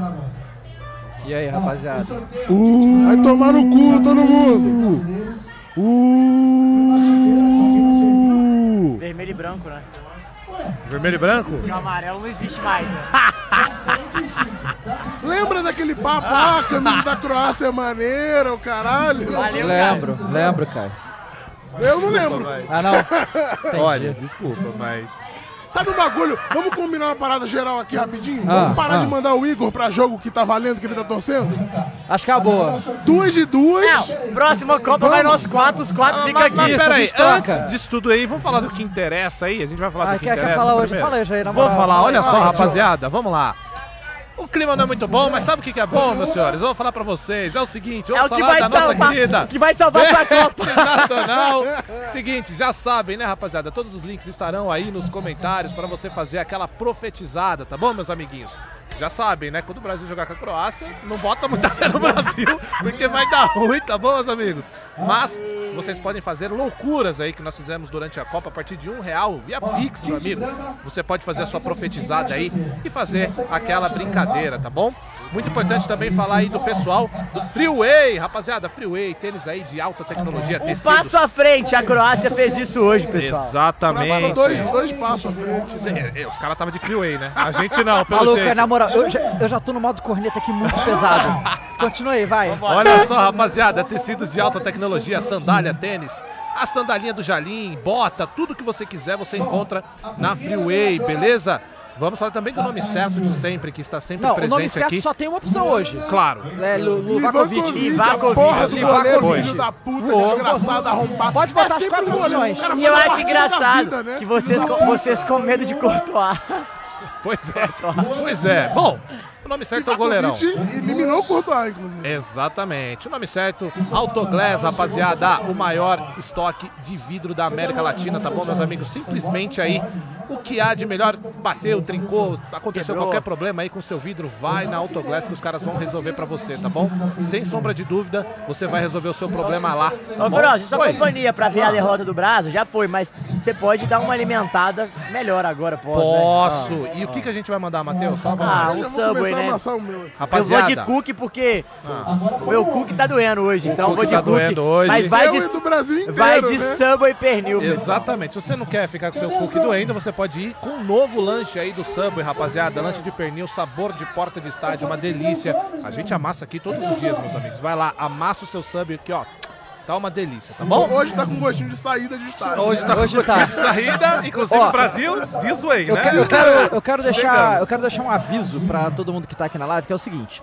E aí, rapaziada? Vai tomar no cu todo mundo. Vermelho e branco, né? Vermelho e branco? O amarelo não existe mais, né? Lembra daquele papo? Ah, a camisa da Croácia é maneira, o caralho. Valeu, Lembro, cara. Eu não lembro. Ah, não. Olha, desculpa, mas... Sabe o bagulho? Vamos combinar uma parada geral aqui rapidinho? Vamos parar de mandar o Igor pra jogo que tá valendo, que ele tá torcendo? Acho que é a boa. 2 de 2. Não, próxima Copa vai nós 4, os 4 ficam aqui. Mas peraí, troca. antes disso tudo aí, vamos falar do que interessa aí? A gente vai falar do que interessa quer falar hoje? primeiro. Fala aí, Jair, na Vou moral. falar, olha só, Vai, rapaziada, vamos lá. O clima não é muito bom, mas sabe o que é bom, meus senhores? Eu vou falar pra vocês, é o seguinte, É vamos o que falar vai da nossa salvar, querida que vai salvar essa Copa. Nacional. Seguinte, já sabem, né, rapaziada? Todos os links estarão aí nos comentários pra você fazer aquela profetizada, tá bom, meus amiguinhos? Já sabem, né? Quando o Brasil jogar com a Croácia, não bota muita fé no Brasil, porque vai dar ruim, tá bom, meus amigos? Mas vocês podem fazer loucuras aí que nós fizemos durante a Copa a partir de R$1 via Pix, meu amigo. Você pode fazer a sua profetizada aí e fazer aquela brincadeira, tá bom? Muito importante também falar aí do pessoal do Freeway, rapaziada, Freeway, tênis aí de alta tecnologia, Um tecidos. passo à frente, a Croácia fez isso hoje, pessoal. Exatamente. Dois passos à frente. Os caras estavam de Freeway, né? A gente não, pelo Maluco, jeito. na moral, eu já tô no modo corneta aqui muito pesado. Continua aí, vai. Olha só, rapaziada, tecidos de alta tecnologia, sandália, tênis, a sandalinha do Jalim, bota, tudo que você quiser você encontra na Freeway, beleza? Vamos falar também do nome certo de sempre, que está sempre Não, o presente nome certo aqui. só tem uma opção hoje. Claro. É Livakovic. A porra do goleiro, Livakovic. filho da puta, Voou. desgraçado, arrombado. Pode botar as sempre 4 um goleiro, opções. o cara E foi eu uma acho partida engraçado da vida, né? que vocês com medo de Courtois. Pois é. Bom, o nome certo é o goleirão. Livakovic eliminou o Courtois, inclusive. Exatamente. O nome certo, Autoglass, rapaziada, o maior estoque de vidro da América Latina, tá bom, meus amigos? Simplesmente aí, o que há de melhor, bateu, trincou, aconteceu Quebrou. qualquer problema aí com o seu vidro, vai na Autoglass que os caras vão resolver pra você, tá bom? Sem sombra de dúvida, você vai resolver o seu problema lá. Tá Ô, bom? Cross, sua Oi. companhia pra ver a derrota do Brasa já foi, mas você pode dar uma alimentada melhor agora, Posso. né? E o que a gente vai mandar, Matheus? Fala pra Ah, nós. um Eu vou Subway, começar a né? amassar o meu. Eu vou Rapaziada, de cookie porque o meu cookie tá doendo hoje, então eu vou de tá cookie. doendo hoje. Mas vai Eu e do Brasil inteiro, de né? Subway pernil. exatamente. Se você não quer ficar com seu cookie doendo, você pode ir com um novo lanche aí do Subway, rapaziada. Lanche de pernil, sabor de porta de estádio, uma delícia. A gente amassa aqui todos os dias, meus amigos. Vai lá, amassa o seu Subway aqui, ó. Tá uma delícia, tá bom? Hoje tá com gostinho de saída de estádio. Hoje tá com Hoje gostinho tá. de saída, inclusive Ó, o Brasil, this way, Eu né? quero Chegamos. deixar um aviso pra todo mundo que tá aqui na live, que é o seguinte.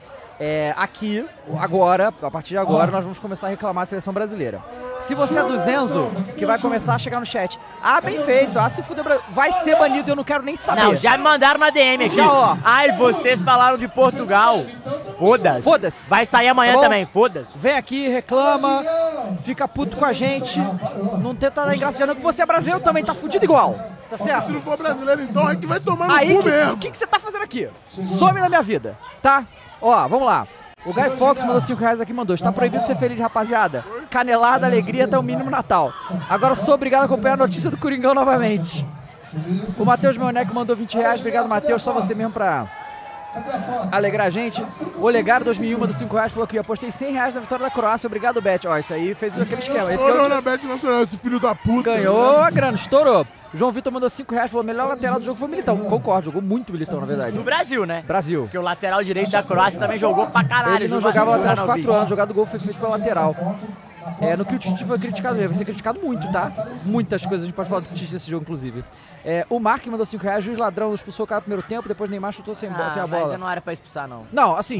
Aqui, agora, a partir de agora, nós vamos começar a reclamar da seleção brasileira. Se você é do Zenzo, que vai começar a chegar no chat, bem feito, se fuder, vai ser banido, eu não quero nem saber. Não, já me mandaram na DM aqui. Já, ó. Ai, vocês falaram de Portugal. Foda-se. Foda-se. Vai sair amanhã Tá bom? também, foda-se. Vem aqui, reclama, fica puto com a gente, não tenta dar engraça de não, que você é brasileiro também, tá fudido igual, tá Se certo? não for brasileiro, então é que vai tomar no Aí, cu mesmo. o que você tá fazendo aqui? Some da minha vida, tá? Ó, vamos lá. O Guy Fox mandou R$5 aqui, mandou. Está proibido ser feliz, rapaziada. Canelada, alegria até o mínimo Natal. Agora sou obrigado a acompanhar a notícia do Coringão novamente. O Matheus Meoneco mandou R$20. Obrigado, Matheus. Só você mesmo pra alegrar a gente. O Olegário 2001 mandou R$5. Falou que eu apostei R$100 na vitória da Croácia. Obrigado, Bet. Ó, isso aí fez aquele esquema. Esse que é o Olha na Bet Nacional, esse filho da puta. ganhou a grana, estourou. O João Vitor mandou R$5. Falou, melhor lateral do jogo foi o Militão. Concordo, jogou muito Militão, na verdade. Do Brasil, né? Brasil. Porque o lateral direito da Croácia também jogou pra caralho. Ele não jogou jogava mais há que o uns 4 Ivanovic. anos, jogado gol foi feito pela lateral. No que o Tite foi criticado mesmo, vai ser criticado muito, tá? Muitas coisas, a gente pode falar do Tite desse jogo, inclusive. O Mark mandou R$5, juiz ladrão expulsou o cara no primeiro tempo, depois Neymar chutou sem a Mas bola. não era pra expulsar, não. Não, assim,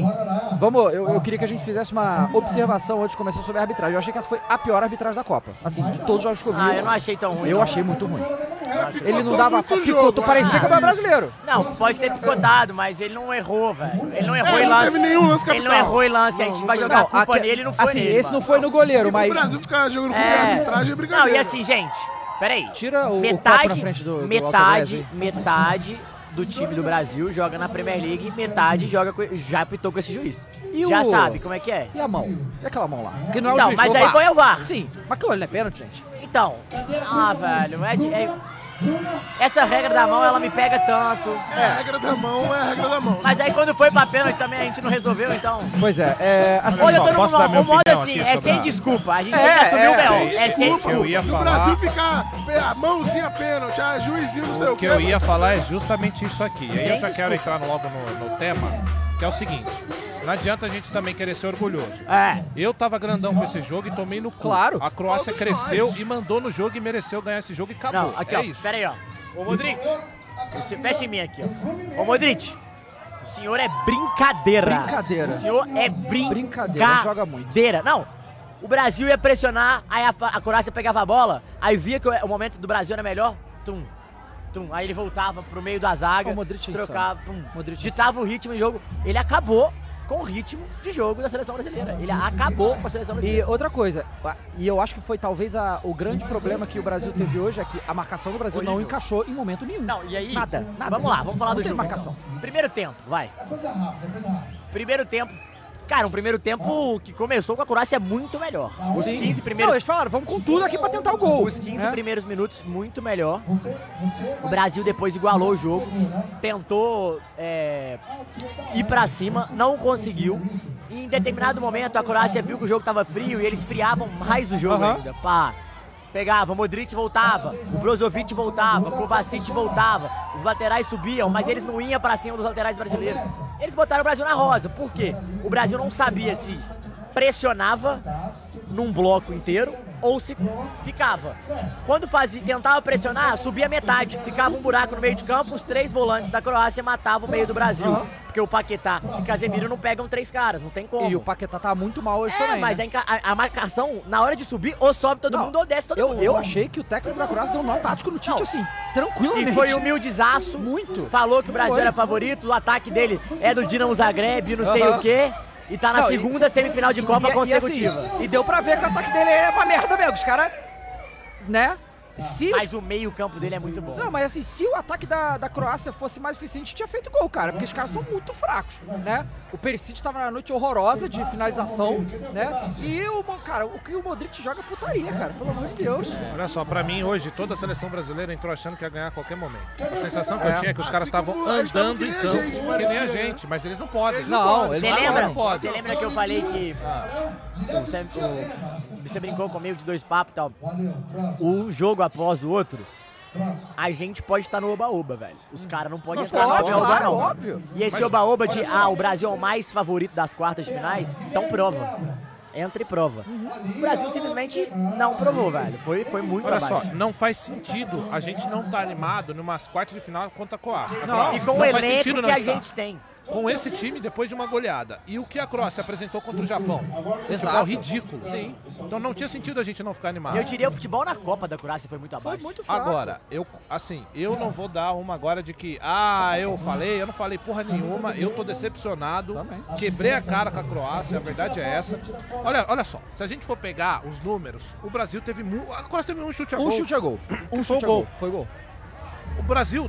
eu queria que a gente fizesse uma observação antes de começar sobre a arbitragem. Eu achei que essa foi a pior arbitragem da Copa. Assim, de todos os jogos que eu vi. Eu não achei tão ruim. Eu não. achei muito ruim. Ele não Picotou dava muito o picotou, jogo, parecia que era brasileiro. Não, pode ter picotado, mas ele não errou, velho. Ele não errou em não lance. teve nenhum lance Ele não capital. errou em lance. A gente vai jogar a culpa nele, não foi assim, nele. esse não foi no goleiro, O mas Brasil ficar jogando com arbitragem é Não, brincadeira. e assim, gente, peraí. tira o copo na Metade, frente do metade do time do Brasil joga na Premier League, metade já apitou com esse juiz. E já o- sabe como é que é. E a mão? E aquela mão lá? Que não é o Então, juiz, mas foi o aí VAR. foi o VAR. Sim, mas aquilo ali não é pênalti, gente. Então, velho, Essa regra da mão, ela me pega tanto. A regra da mão é a regra da mão. Mas aí quando foi pra pênalti também a gente não resolveu, então... Pois é, assim... Olha, eu tô posso dar minha o modo opinião assim, aqui é sobre sem a- desculpa. A gente tem que assumir o B.O. É sem desculpa. Eu ia Se o Brasil falar... ficar mãozinha pênalti, juizinho, não sei O que eu ia falar é justamente isso aqui. E aí eu já quero entrar logo no tema, que é o seguinte. Não adianta a gente também querer ser orgulhoso. É. Eu tava grandão com esse jogo e tomei no cu. Claro. A Croácia cresceu e mandou no jogo e mereceu ganhar esse jogo e acabou. Não, aqui, é ó. isso. Pera aí, ó. Ô, Modric. Você fecha em mim aqui, ó. Ô, Modric. O senhor é brincadeira. Brincadeira. O senhor é Brincadeira, joga muito. Não. O Brasil ia pressionar, aí a Croácia pegava a bola, aí via que o momento do Brasil era melhor. Tum. Aí ele voltava pro meio da zaga, O Modric é trocava, Modric é ditava o ritmo de jogo. Ele acabou com o ritmo de jogo da seleção brasileira. Ele acabou com a seleção E brasileira. outra coisa, e eu acho que foi talvez o grande problema que o Brasil teve hoje, é que a marcação do Brasil não Horrível. encaixou em momento nenhum. Não, e aí... Nada. Vamos lá, vamos falar Não do teve jogo. marcação. Primeiro tempo, vai. Primeiro tempo. Cara, um primeiro tempo que começou com a Croácia muito melhor. Os 15 Não, primeiros... eles falaram, vamos com tudo aqui pra tentar o gol. Os 15 né? primeiros minutos, muito melhor. O Brasil depois igualou o jogo. Tentou ir pra cima, não conseguiu. E em determinado momento a Croácia viu que o jogo tava frio e eles friavam mais o jogo ainda. Pá. Pegava, o Modric voltava, o Brozovic voltava, o Kovacic voltava, os laterais subiam, mas eles não iam pra cima dos laterais brasileiros. Eles botaram o Brasil na rosa. Por quê? O Brasil não sabia se pressionava num bloco inteiro ou se ficava. Quando tentava pressionar, subia metade, ficava um buraco no meio de campo, os 3 volantes da Croácia matavam o meio do Brasil. Porque o Paquetá e Casemiro não pegam 3 caras, não tem como. E o Paquetá tá muito mal hoje também, mas né? a marcação, na hora de subir, ou sobe todo mundo ou desce todo mundo. Eu achei que o técnico da Croácia deu um nó tático no Tite, assim, tranquilamente. E foi humildezaço. Muito. Falou que o Brasil era favorito, o ataque dele é do Dinamo Zagreb, não sei o quê. E tá na segunda semifinal de Copa consecutiva. E deu pra ver que o ataque dele é uma merda mesmo. Os caras, né? Mas o meio campo dele é muito bom. Não, mas assim, se o ataque da Croácia fosse mais eficiente, tinha feito gol, cara. Porque os caras são muito fracos, né? O Perisic tava na noite horrorosa de finalização, né? E o que o Modric joga é putaria, cara. Pelo amor de Deus. Olha só, pra mim hoje toda a seleção brasileira entrou achando que ia ganhar a qualquer momento. A sensação que eu tinha é que os caras estavam andando em campo, que nem a gente, mas eles não podem. Não, Você eles lembra? não podem. Você lembra que eu falei que você brincou comigo de 2 papos e tal? Um jogo após o outro, a gente pode estar no oba-oba, velho. Os caras não podem entrar no oba-oba, claro, não. óbvio. E esse oba-oba de, o Brasil é o mais favorito das quartas de finais, então prova. Entra e prova. O Brasil simplesmente não provou, velho. Foi muito Olha abaixo. só, não faz sentido a gente não tá animado numas quartas de final contra a Croácia. E com o faz elenco sentido que não a estar. gente tem. Com esse time depois de uma goleada. E o que a Croácia apresentou contra o Japão? Futebol ridículo. Sim. Então não tinha sentido a gente não ficar animado. Eu diria o futebol na Copa da Croácia foi muito abaixo. Foi muito fraco. Agora, eu não vou dar uma agora de que, eu não falei porra nenhuma, eu tô decepcionado, Também. quebrei a cara com a Croácia, a verdade é essa. Olha só, se a gente for pegar os números, o Brasil teve a Croácia teve um chute a gol. Um chute a gol. Um Foi chute a gol. gol. Foi gol. O Brasil,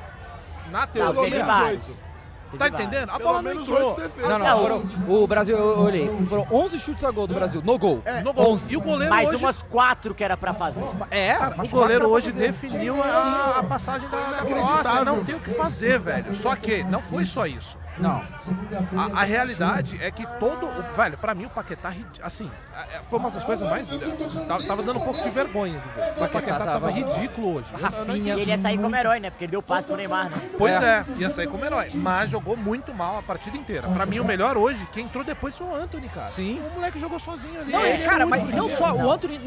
na Não, teoria, teve vários. tá entendendo? A Pelo bola não menos entrou. 8 defesas. Não, o Brasil, eu olhei, foram 11 chutes a gol do Brasil, no gol. No gol. E o goleiro Mais hoje... umas 4 que era pra fazer. O goleiro hoje definiu a passagem da Croácia, não tem o que fazer, velho. Só que não foi só isso. Não. A realidade é que velho, pra mim o Paquetá, assim, foi uma das coisas mais... Tava dando um pouco de vergonha de ver. O Paquetá tava ridículo hoje. Rafinha. E ele ia sair como herói, né? Porque ele deu passe pro Neymar, né? Pois é, ia sair como herói. Mas jogou muito mal a partida inteira. Pra mim o melhor hoje, quem entrou depois foi o Anthony, cara. Sim. O moleque jogou sozinho ali. Não, Ele é cara, muito mas não bom. só, o Anthony,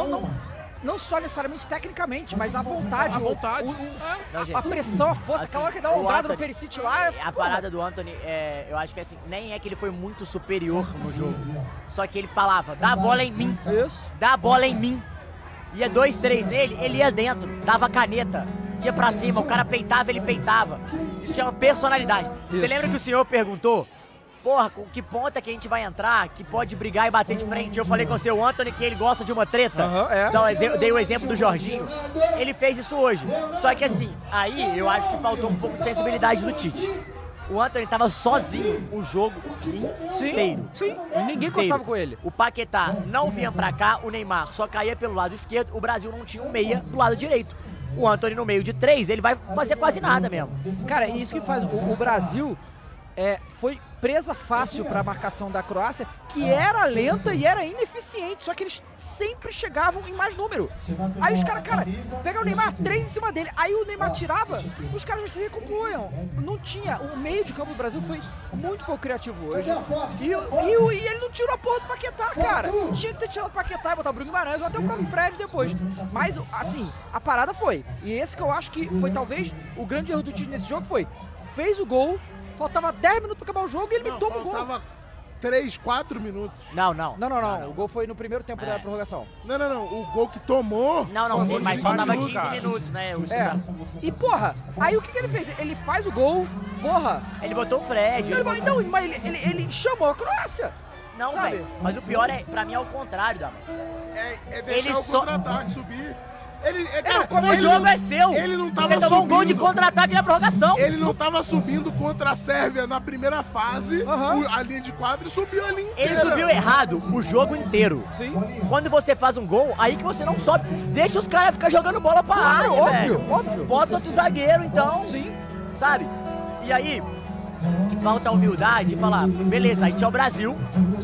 não só necessariamente tecnicamente, mas a vontade. A vontade. Não, gente. A pressão, a força, Assim, aquela hora que dá uma o ombrada no Anthony- Perisic lá. A parada do Anthony, eu acho que assim, nem é que ele foi muito superior no jogo. Só que ele falava, dá a bola em mim, Isso. dá a bola em mim. Ia 2, 3 nele, ele ia dentro, dava caneta, ia pra cima, o cara peitava, ele peitava. Isso chama personalidade. Você lembra que o senhor perguntou? Porra, com que ponta que a gente vai entrar, que pode brigar e bater de frente? Eu falei com o seu Anthony que ele gosta de uma treta. Então eu dei o exemplo do Jorginho. Ele fez isso hoje. Só que assim, aí eu acho que faltou um pouco de sensibilidade do Tite. O Anthony tava sozinho o jogo inteiro. Sim, ninguém encostava com ele. O Paquetá não vinha pra cá, o Neymar só caía pelo lado esquerdo, o Brasil não tinha um meia do lado direito. O Antony no meio de 3, ele vai fazer quase nada mesmo. Cara, e isso que faz. O Brasil foi presa fácil para a marcação da Croácia, que era lenta e era ineficiente, só que eles sempre chegavam em mais número. Aí os caras, pega o Neymar, 3 em cima dele, aí o Neymar tirava, os caras se recompunham. Não tinha, o meio de campo do Brasil foi muito pouco criativo hoje. E ele não tirou a porra do Paquetá, cara. Tinha que ter tirado o Paquetá e botar o Bruno Guimarães ou até o próprio Fred depois. Mas, assim, a parada foi. E esse que eu acho que foi talvez o grande erro do Tite nesse jogo foi, fez o gol, faltava 10 minutos pra acabar o jogo e ele me toma o gol. Faltava 3, 4 minutos. Não. O gol foi no primeiro tempo da prorrogação. Não. O gol que tomou... Não, sim, mas faltava 15 minutos, né? E, porra, aí o que ele fez? Ele faz o gol, porra. Ele botou o Fred. Mas ele chamou a Croácia. Não, velho. Mas o pior pra mim é o contrário, Dama. É deixar o contra-ataque subir. O jogo é seu. Ele não tava Você tomou um gol de contra-ataque na prorrogação. Ele não tava subindo contra a Sérvia na primeira fase, a linha de quadro, e subiu a linha inteira. Ele subiu errado o jogo inteiro. Sim. Quando você faz um gol, aí que você não sobe. Deixa os caras ficar jogando bola pra área, velho. Óbvio. Bota outro zagueiro, então. Sim. Sabe? E aí, falta a humildade de falar, beleza, a gente é o Brasil,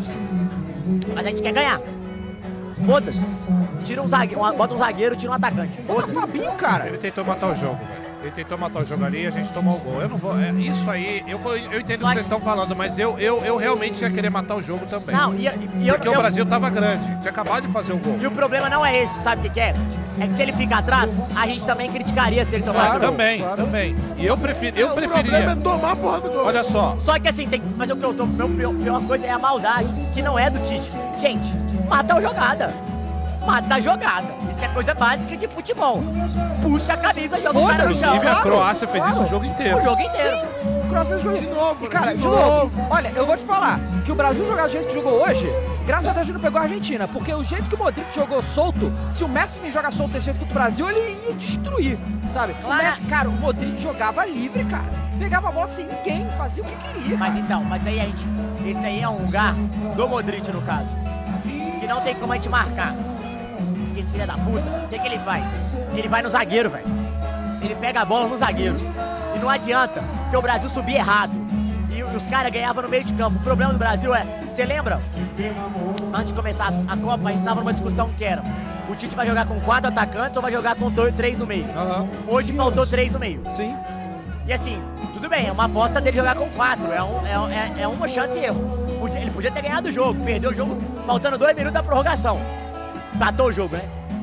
mas a gente quer ganhar. Foda-se. Tira um zagueiro, bota um zagueiro, tira um atacante. Bota o Fabinho, cara. Ele tentou matar o jogo, velho. Ele tentou matar o jogo ali e a gente tomou o gol. Eu não vou. Isso aí, eu entendo o que vocês estão falando, mas eu realmente ia querer matar o jogo também. Não, porque o Brasil tava grande, tinha acabado de fazer o gol. E o problema não é esse, sabe o que é? É que se ele ficar atrás, a gente também criticaria se ele tomasse o gol. Também. E eu preferiria. O problema é tomar a porra do gol. Olha só. Só que assim, mas a pior coisa é a maldade, que não é do Tite. Gente, mata a jogada. Mata a jogada. Isso é coisa básica de futebol. Puxa a camisa, joga o cara no chão. Inclusive, a Croácia fez isso o jogo inteiro. O jogo inteiro. Sim, o Croácia fez o jogo. De novo, e, cara, de novo. Olha, eu vou te falar que o Brasil jogar do jeito que jogou hoje, graças a Deus não pegou a Argentina, porque o jeito que o Modric jogou solto, se o Messi me jogar solto desse jeito do Brasil, ele ia destruir, sabe? O Messi, cara, o Modric jogava livre, cara. Pegava a bola sem ninguém, fazia o que queria. Mas aí a gente, esse aí é um lugar do Modric, no caso, que não tem como a gente marcar. Esse filho da puta, o que ele faz? Ele vai no zagueiro, velho. Ele pega a bola no zagueiro. E não adianta, porque o Brasil subia errado. E os caras ganhavam no meio de campo. O problema do Brasil você lembra? Antes de começar a Copa, a gente tava numa discussão que era: o Tite vai jogar com 4 atacantes ou vai jogar com 3 no meio? Hoje faltou 3 no meio. Sim. E assim, tudo bem, é uma aposta dele jogar com 4. É uma chance e erro. Ele podia ter ganhado o jogo, perdeu o jogo faltando 2 minutos da prorrogação. Tratou o jogo, né?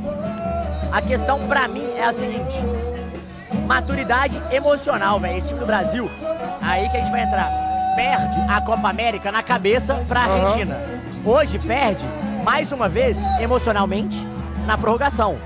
A questão pra mim é a seguinte: maturidade emocional, velho. Esse time do Brasil, aí que a gente vai entrar, perde a Copa América na cabeça pra Argentina. Hoje perde, mais uma vez, emocionalmente, na prorrogação.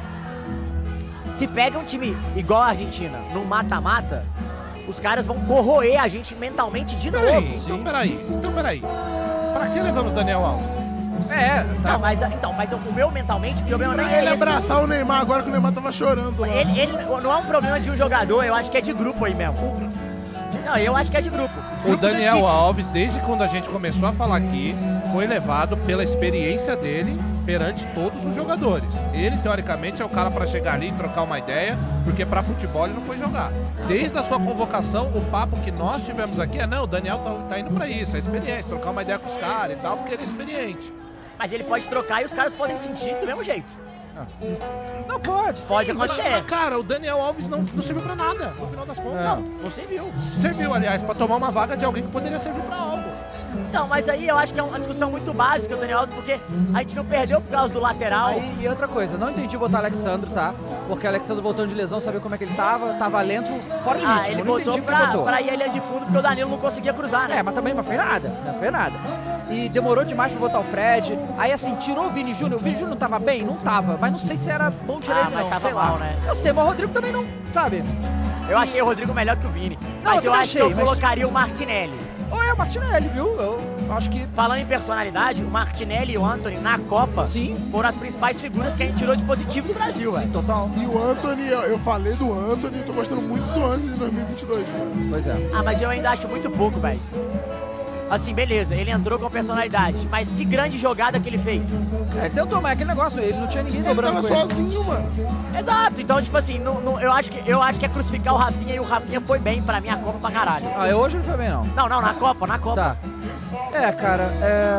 Se pega um time igual a Argentina, no mata-mata, os caras vão corroer a gente mentalmente de novo. Então peraí. Pra que levamos Daniel Alves? Tá. Não, mas o meu mentalmente, o problema não é ele esse. abraçar o Neymar agora que o Neymar tava chorando lá. Ele não é um problema de um jogador, eu acho que é de grupo aí mesmo. Não, eu acho que é de grupo. O Daniel Alves, desde quando a gente começou a falar aqui, foi levado pela experiência dele perante todos os jogadores. Ele, teoricamente, é o cara pra chegar ali e trocar uma ideia, porque pra futebol ele não foi jogar. Desde a sua convocação, o papo que nós tivemos aqui é: não, o Daniel tá indo pra isso, é experiência, trocar uma ideia com os caras e tal, porque ele é experiente. Mas ele pode trocar e os caras podem sentir do mesmo jeito. Não pode. Pode acontecer. Mas, cara, o Daniel Alves não serviu pra nada, no final das contas. Não serviu. Serviu, aliás, pra tomar uma vaga de alguém que poderia servir pra algo. Então, mas aí eu acho que é uma discussão muito básica do Daniel Alves, porque a gente não perdeu por causa do lateral. E outra coisa, não entendi botar Alexandre, tá? Porque o Alexandre voltando de lesão, sabia como é que ele tava lento, fora limite. Ele botou pra ir ali de fundo, porque o Danilo não conseguia cruzar, né? Mas também não fez nada. E demorou demais pra botar o Fred. Aí assim, tirou o Vini Júnior. O Vini Júnior não tava bem? Não tava. Mas não sei se era bom tirar ele, mas não. tava mal, né? Eu sei, mas o Rodrigo também não, sabe? Eu achei o Rodrigo melhor que o Vini. Não, mas eu acho que eu colocaria o Martinelli. O Martinelli, viu? Eu acho que... Falando em personalidade, o Martinelli e o Antony na Copa foram as principais figuras que a gente tirou de positivo do Brasil, velho. Total. E o Antony, eu falei do Antony, tô gostando muito do Antony de 2022. Pois é. Mas eu ainda acho muito pouco, velho. assim, beleza, ele entrou com personalidade, mas que grande jogada que ele fez. Ele tentou, mas aquele negócio, ele não tinha ninguém dobrando Tava com ele. sozinho, mano. Exato, então, tipo assim, eu acho que é crucificar o Rafinha e o Rafinha foi bem pra mim a Copa pra caralho. Hoje não foi bem, não. Não, na Copa. Tá. Cara,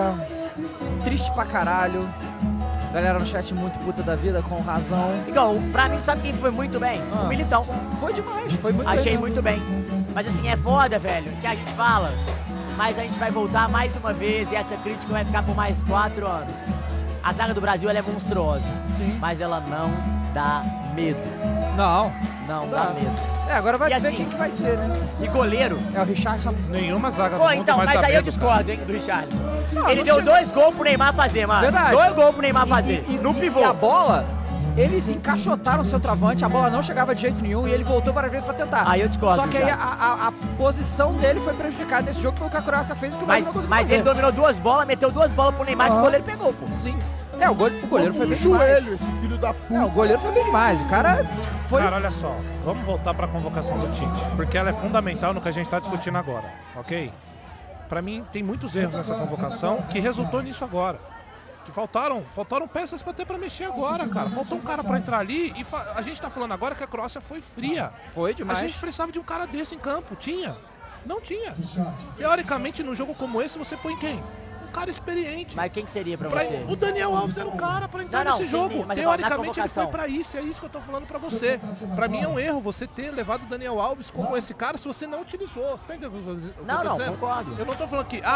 triste pra caralho. Galera no chat muito puta da vida, com razão. Igual, pra mim, sabe quem foi muito bem? O Militão. Foi demais, foi muito Achei bem. muito bem. Mas assim, é foda, velho, que a gente fala, mas a gente vai voltar mais uma vez e essa crítica vai ficar por mais 4 anos. A zaga do Brasil, ela é monstruosa. Sim. Mas ela não dá medo. Não. Não dá medo. Agora vai E ver assim, quem que vai ser, né? E goleiro? É o Richardson. Nenhuma zaga do Pô, mundo então, mais mas dá aí eu medo, discordo, hein, do Richarlison. Não, Ele não deu chega- 2 gols pro Neymar fazer, mano. Verdade. 2 gols pro Neymar fazer. No E pivô. a bola, eles encaixotaram o centroavante, a bola não chegava de jeito nenhum e ele voltou várias vezes pra tentar. Aí eu discordo, Só que aí Richard. a posição dele foi prejudicada nesse jogo pelo que a Croácia fez e que o Brasil não conseguiu Mas fazer. ele dominou 2 bolas, meteu 2 bolas pro Neymar que o Aham. goleiro pegou, pô. Sim. O goleiro foi No bem demais. joelho, esse filho da puta. O goleiro foi bem demais. O cara foi... Cara, olha só, vamos voltar para a convocação do Tite, porque ela é fundamental no que a gente está discutindo agora, ok? Para mim, tem muitos erros nessa convocação que resultou nisso agora. Que faltaram peças para ter para mexer agora, cara. Faltou um cara para entrar ali e a gente tá falando agora que a Croácia foi fria. Foi demais. A gente precisava de um cara desse em campo. Tinha? Não tinha. Teoricamente, num jogo como esse, você põe quem? Um cara experiente. Mas quem que seria pra Pra- você? o Daniel Alves era o cara pra entrar Não, nesse sim, jogo. mas eu falo na Teoricamente ele foi convocação. pra isso, é isso que eu tô falando pra você. Pra mim é um erro você ter levado o Daniel Alves como esse cara se você não utilizou. Você tá entendendo o que eu tô Não, dizendo? concordo. Eu não tô falando que,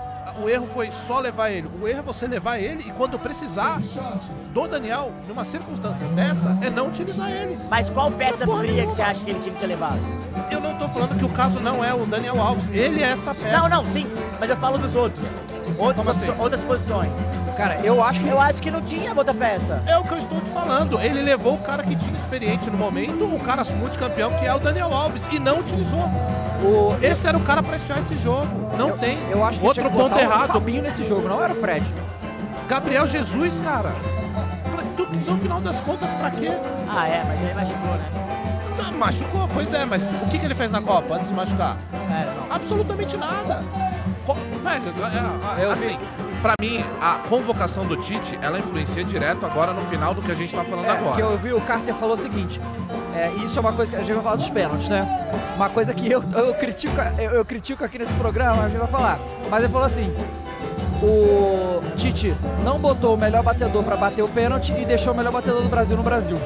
o erro foi só levar ele. O erro é você levar ele e quando precisar do Daniel, numa circunstância dessa, é não utilizar ele. Mas qual peça fria que você acha que ele tinha que ter levado? Eu não tô falando que o caso não é o Daniel Alves. Ele é essa peça. Não, sim. Mas eu falo dos outros. Como assim? Outras posições. Cara, eu acho que não tinha outra peça. É o que eu estou te falando. Ele levou o cara que tinha experiente no momento, o cara multicampeão, que é o Daniel Alves, e não utilizou. Esse era o cara pra estiar esse jogo. Não tem. Eu acho que Outro tinha que ponto botar errado. o Fabinho nesse jogo, não era o Fred. Gabriel Jesus, cara. No final das contas, pra quê? Mas ele machucou, né? Não, machucou, pois é, mas o que ele fez na Copa antes de machucar? Absolutamente nada. Velho, assim, pra mim, a convocação do Tite, ela influencia direto agora no final do que a gente tá falando agora. Que eu vi, o Carter falou o seguinte, isso é uma coisa que a gente vai falar dos pênaltis, né? Uma coisa que eu critico aqui nesse programa, a gente vai falar. Mas ele falou assim, o Tite não botou o melhor batedor pra bater o pênalti e deixou o melhor batedor do Brasil no Brasil.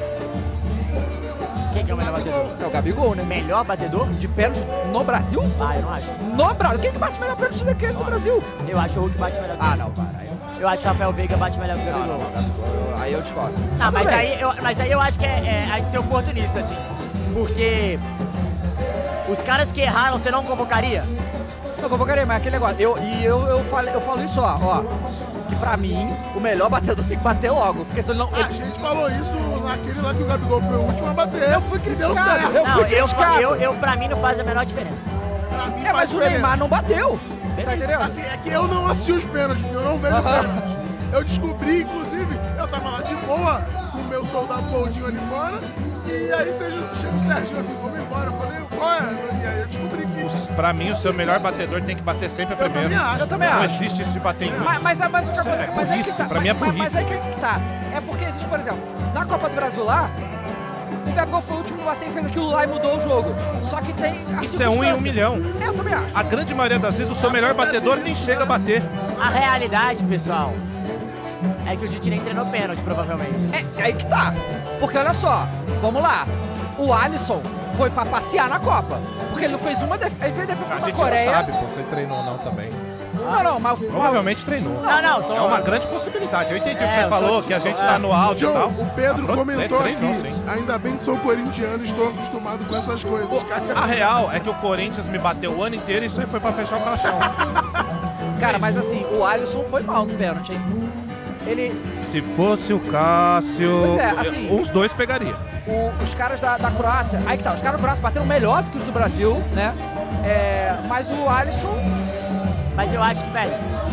Quem que é o melhor batedor? É o Gabigol, né? Melhor batedor? De pênalti no Brasil? Eu não acho. No Brasil? Quem que bate melhor pênalti do que ele no Brasil? Eu acho o Hulk bate melhor que ele. Não, para. Eu acho que o Rafael Veiga bate melhor que o Gabigol. Aí eu discordo. Mas aí eu acho que é de ser oportunista, assim. Porque os caras que erraram, você não convocaria? Eu convocaria, mas aquele negócio. Eu falo isso, ó. Que pra mim, o melhor batedor tem que bater logo. Porque senão ele não. A gente falou isso naquele lá que o Gabigol foi o último a bater. Eu fui que deu certo. Pra mim não faz a menor diferença. Pra mim Mas faz o Neymar diferença. não bateu. Tá entendendo? Assim, é que eu não assisti os pênaltis, porque eu não vejo pênaltis. Eu descobri, inclusive, eu tava lá de boa com o meu soldado Boldinho ali fora, e aí chega o Serginho assim, vamos embora. Eu falei, qual é? E aí eu descobri que... Pra mim, o seu melhor batedor tem que bater sempre primeiro. Eu também Não acho. existe isso de bater em um. Mas outra coisa. É Mas burrice, que tá. pra mim é Mas burrice. é que tá. É porque existe, por exemplo, na Copa do Brasil lá, o Gabigol foi o último a bater e fez aquilo lá e mudou o jogo. Só que tem. Isso é 1 em 1 milhão. Eu também acho. A grande maioria das vezes, o seu melhor batedor nem chega a bater. A realidade, pessoal, é que o Tite nem treinou pênalti, provavelmente. É aí que tá. Porque olha só, vamos lá. O Alisson foi pra passear na Copa. Porque ele não fez uma defesa. Ele fez defesa A contra a gente Coreia. não sabe pô, se ele treinou ou não também. Não, mas. Provavelmente treinou. Não, É uma grande possibilidade. Eu entendi o que eu você tô falou, que a gente tá no áudio e tal. O Pedro Pronto, comentou treinou, aqui, sim. ainda bem que sou corintiano e estou acostumado com essas coisas, cara. A real é que o Corinthians me bateu o ano inteiro e isso aí foi pra fechar o caixão. Cara, mas assim, o Alisson foi mal no pênalti, hein? Ele. Se fosse o Cássio, Pois é, assim- uns dois pegaria. Os caras da Croácia, aí que tá, os caras da Croácia bateram melhor do que os do Brasil, né? Mas o Alisson, Mas eu acho que, velho,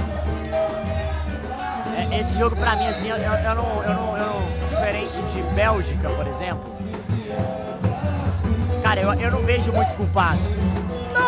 esse jogo pra mim, assim, eu não diferente de Bélgica, por exemplo, cara, eu não vejo muito culpados. não, pois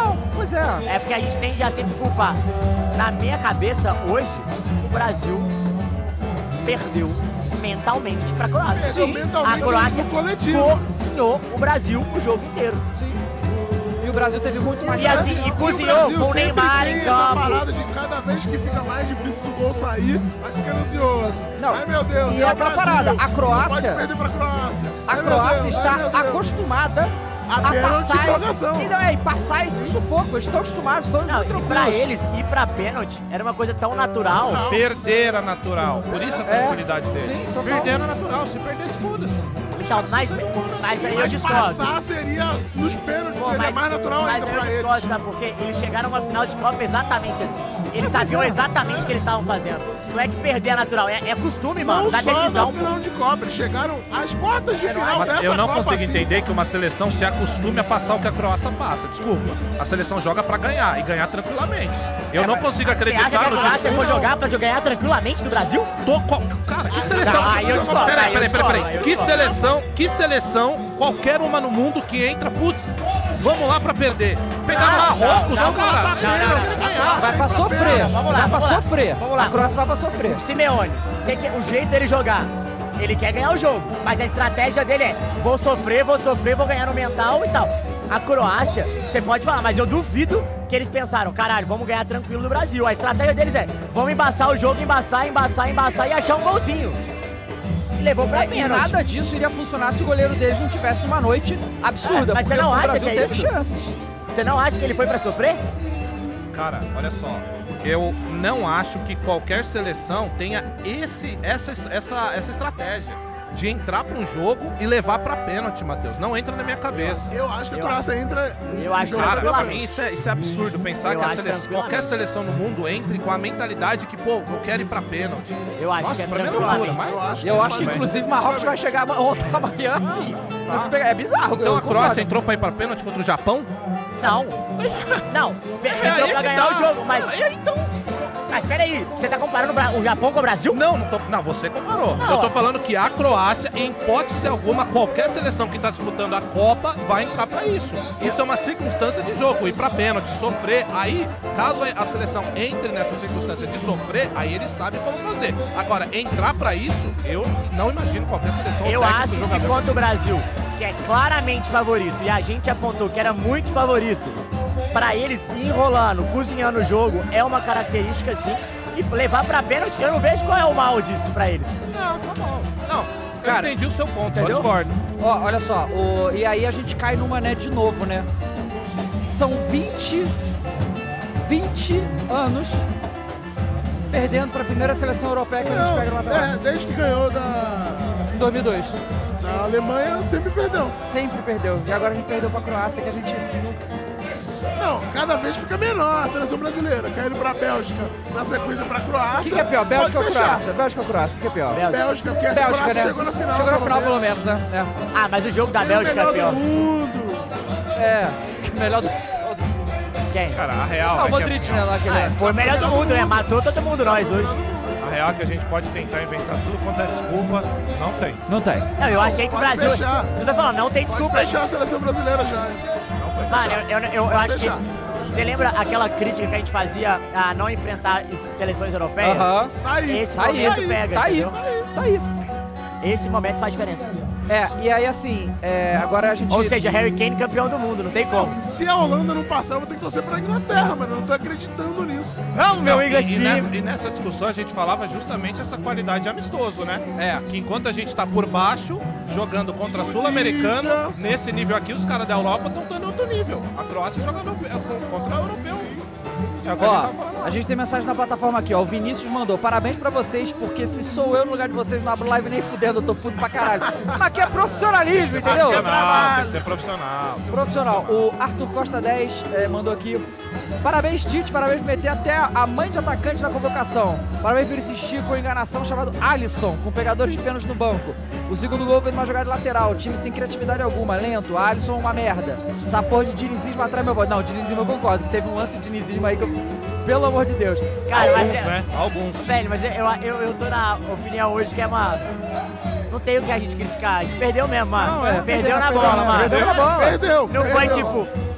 Pois é. É porque a gente tende a sempre culpar. Na minha cabeça, hoje, o Brasil perdeu mentalmente pra Croácia. Perdeu mentalmente A Croácia no coletivo. cozinhou o Brasil o jogo inteiro. Sim. E o Brasil teve muito mais E assim, chance. e cozinhou Brasil com o sempre Neymar tem em essa campo. parada de cada vez que fica mais difícil do gol sair, vai ficando ansioso. Não, Ai, meu Deus. e é o outra Brasil. parada, a Não Croácia- pode perder pra Croácia. A Ai, meu Croácia Deus, está ai, meu Deus. acostumada a pênalti e passar prorrogação. e passar esse sufoco. Eles estão acostumados, estão Não, muito e pra tranquilos. eles, ir pra pênalti era uma coisa tão natural. Perder a natural. Por isso a tranquilidade deles. sim, total. Perder a natural. Se perder, foda-se. Então, mas aí eu Mas discordo. passar seria nos pênaltis, Pô, seria mais natural mas ainda aí pra eu eles. discordo, sabe por quê? Eles chegaram a uma final de Copa exatamente assim. Eles sabiam exatamente o que eles estavam fazendo. Não é que perder a natural, é costume, mano, Não da só decisão. na final de Copa, eles chegaram às quartas de final dessa Eu não Copa. consigo assim. entender que uma seleção se acostume a passar o que a Croácia passa. Desculpa. A seleção joga pra ganhar e ganhar tranquilamente. Eu não consigo Você acha que acreditar a no Croácia discurso. for jogar pra ganhar tranquilamente do Brasil? Cara, que seleção? Não, aí eu discordo, aí eu discordo, aí eu discordo. Que seleção, qualquer uma no mundo que entra, putz, vamos lá pra perder. Pegar Marrocos, não, cara. não. Vai pra sofrer. Vamos lá, vai pra vamos lá. sofrer. Vamos lá. A Croácia vai pra sofrer. O Simeone, o jeito dele jogar, ele quer ganhar o jogo, mas a estratégia dele é: vou sofrer, vou ganhar no mental e tal. A Croácia, você pode falar, mas eu duvido que eles pensaram: caralho, vamos ganhar tranquilo do Brasil. A estratégia deles é: vamos embaçar o jogo, embaçar e achar um golzinho. E levou pra E pênalti. nada disso iria funcionar se o goleiro deles não tivesse numa noite absurda. Mas você porque não o acha Brasil que é teve isso? chances. Você não acha que ele foi pra sofrer? Cara, olha só. Eu não acho que qualquer seleção tenha essa estratégia de entrar pra um jogo e levar pra pênalti, Matheus. Não entra na minha cabeça. Eu acho que a Croácia entra... Eu acho que Cara, pra tranquilamente. mim isso é absurdo pensar Eu que acho qualquer tranquilamente. seleção no mundo entre com a mentalidade que, pô, eu quero ir pra pênalti. Eu acho Nossa, que é pra mim é loucura, tranquilamente. mas... Eu acho que, inclusive, Marrocos vai chegar ontem amanhã. Sim. É bizarro. Então eu a Croácia entrou pra ir pra pênalti contra o Japão? Não. Não. Entrou pra ganhar o jogo, mas... E aí, então? Mas peraí, você tá comparando o Japão com o Brasil? Não, você comparou. Não, Eu tô ó. falando que a Croácia, em hipótese alguma, qualquer seleção que tá disputando a Copa vai entrar pra isso. Isso é uma circunstância de jogo, ir pra pênalti, sofrer. Aí, caso a seleção entre nessa circunstância de sofrer, aí eles sabem como fazer. Agora, entrar pra isso, eu não imagino qualquer seleção. Eu técnico, acho que jogador. contra o Brasil, que é claramente favorito, e a gente apontou que era muito favorito, pra eles ir enrolando, cozinhando o jogo, é uma característica sim. E levar pra pênalti, eu não vejo qual é o mal disso pra eles. Não, tá bom. Não, Cara, eu entendi o seu ponto, entendeu? só discordo. Ó, olha só, e aí a gente cai numa, né, de novo, né? São 20 anos perdendo pra primeira seleção europeia que a gente pega no lateral. desde que ganhou Em 2002. da Alemanha, sempre perdeu. Sempre perdeu. E agora a gente perdeu pra Croácia, que a gente nunca... Não, cada vez fica menor a seleção brasileira, caindo pra Bélgica, na sequência pra Croácia. O que é pior, Bélgica ou Pode fechar. Croácia? Bélgica ou Croácia? O que é pior? Bélgica, porque a Bélgica, Croácia né? chegou na final. Chegou na final, pelo menos, né? É. Ah, mas o jogo da Tem o Bélgica é melhor pior. do mundo. É, melhor do... Quem? Cara, a real Ah, o é que Modric, assim, né, lá que ele é. Foi o melhor do mundo, né? Matou todo mundo nós hoje. a real é que a gente pode tentar inventar tudo quanto é desculpa, não tem. Não tem. Não, eu achei que o Pode Brasil... fechar. Você tá falando, não tem Pode desculpa. fechar a seleção brasileira já. hein? Mano, eu acho que... fechar. Você lembra aquela crítica que a gente fazia a não enfrentar seleções europeias? Aham. Tá aí. Esse Tá aí, momento pega, tá aí, entendeu? tá aí. Esse momento faz diferença. É, e aí assim, agora a gente... Ou seja, Harry Kane campeão do mundo, não tem como. Se a Holanda não passar, eu vou ter que torcer pra Inglaterra, mas eu não tô acreditando nisso. Não, meu Não, English e nessa discussão a gente falava justamente essa qualidade de amistoso, né? Que enquanto a gente tá por baixo, jogando contra sul-americano, nesse nível aqui, os caras da Europa estão dando outro nível. A Croácia joga contra o europeu. É o que a gente Ó, tá falando. a gente tem mensagem na plataforma aqui, ó. O Vinícius mandou: parabéns pra vocês, porque se sou eu no lugar de vocês, não abro live nem fudendo, eu tô puto pra caralho. Mas aqui é profissionalismo, entendeu? Profissional, tem que ser profissional. Profissional. O Arthur Costa 10 mandou aqui: parabéns, Tite, parabéns por meter até a mãe de atacante na convocação. Parabéns por insistir com enganação chamado Alisson, com pegadores de pênalti no banco. O segundo gol veio numa jogada de lateral, time sem criatividade alguma, lento. Alisson uma merda. Essa porra de dinizismo atrai meu voto. Não, dinizismo eu concordo, que teve um lance de dinizismo aí que eu... Pelo amor de Deus. Cara, mas Alguns, né? Alguns. Velho, mas eu tô na opinião hoje que é uma... Não tem o que a gente criticar. A gente perdeu mesmo, mano. Não, Perdeu na bola, mano. Perdeu na bola. Perdeu. Não foi perdeu. tipo,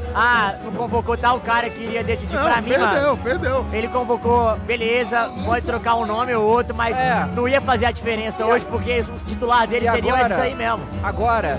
não convocou tal cara que iria decidir Não, pra mim, mano. perdeu. Ele convocou, beleza, pode trocar um nome ou outro, mas não ia fazer a diferença hoje, porque os titulares dele E seriam agora? esses aí mesmo. Agora,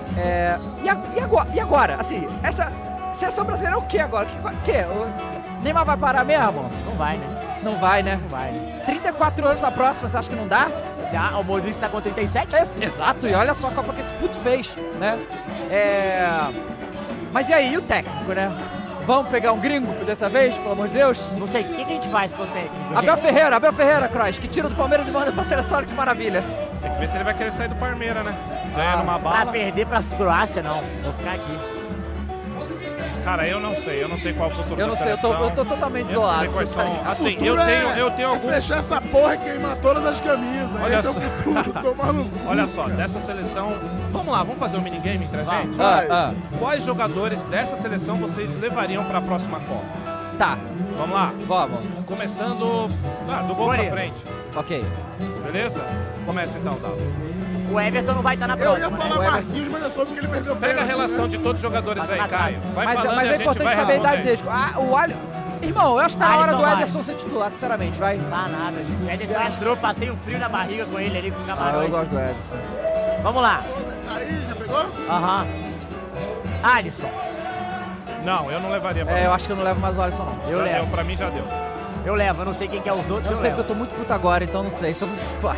e agora? Assim, essa seleção brasileira é o que agora? O que? O Neymar vai parar mesmo? Não vai, né? Não vai, né? Não vai, né? 34 anos na próxima, você acha que não dá? O Modric tá com 37? Exato, e olha só a Copa que esse puto fez, né? Mas e aí, e o técnico, né? Vamos pegar um gringo dessa vez, pelo amor de Deus? Não sei, o que a gente faz com o técnico? Abel Ferreira, Kroos, que tira do Palmeiras e manda pra seleção, olha que maravilha. Tem que ver se ele vai querer sair do Palmeiras, né? Ganhando uma Pra bala. perder pra Croácia, não. Vou ficar aqui. Cara, eu não sei qual é o futuro Eu não da sei, eu seleção. tô totalmente Eu não sei isolado. quais você tá são. ligado? Assim, Futuro eu tenho algum. Fechar essa porra e queimar todas as camisas. Olha Esse é o só. futuro, tomar no cu. Olha só, dessa seleção. Vamos lá, vamos fazer um minigame entre a gente? Vai. Quais jogadores dessa seleção vocês levariam pra próxima Copa? Tá, Vamos lá. vamos. Começando do gol pra Goleiro. frente. Ok. Beleza? Começa então, Dado. O Everton não vai estar na Eu próxima, ia né? falar Marquinhos, mas eu soube que ele perdeu Pega a pênalti, relação né? de todos os jogadores aí, Caio. Vai Mas falando e é a gente importante vai saber a idade responder. deles. O Alisson... Irmão, eu acho que tá na hora Alisson do vai. Ederson ser titular, sinceramente, vai. Tá nada, gente. O Ederson entrou, passei um frio na barriga com ele ali, com o Ah, Camarões. eu gosto do Ederson. Vamos lá. Aí, já pegou? Aham. Alisson. Não, eu não levaria pra Eu acho que eu não levo mais o Alisson, não. Eu já levo. deu, pra mim já deu. Eu levo. Eu não sei quem que é os outros, Eu eu sei porque levo. eu tô muito puto agora, então não sei. Tô muito puto.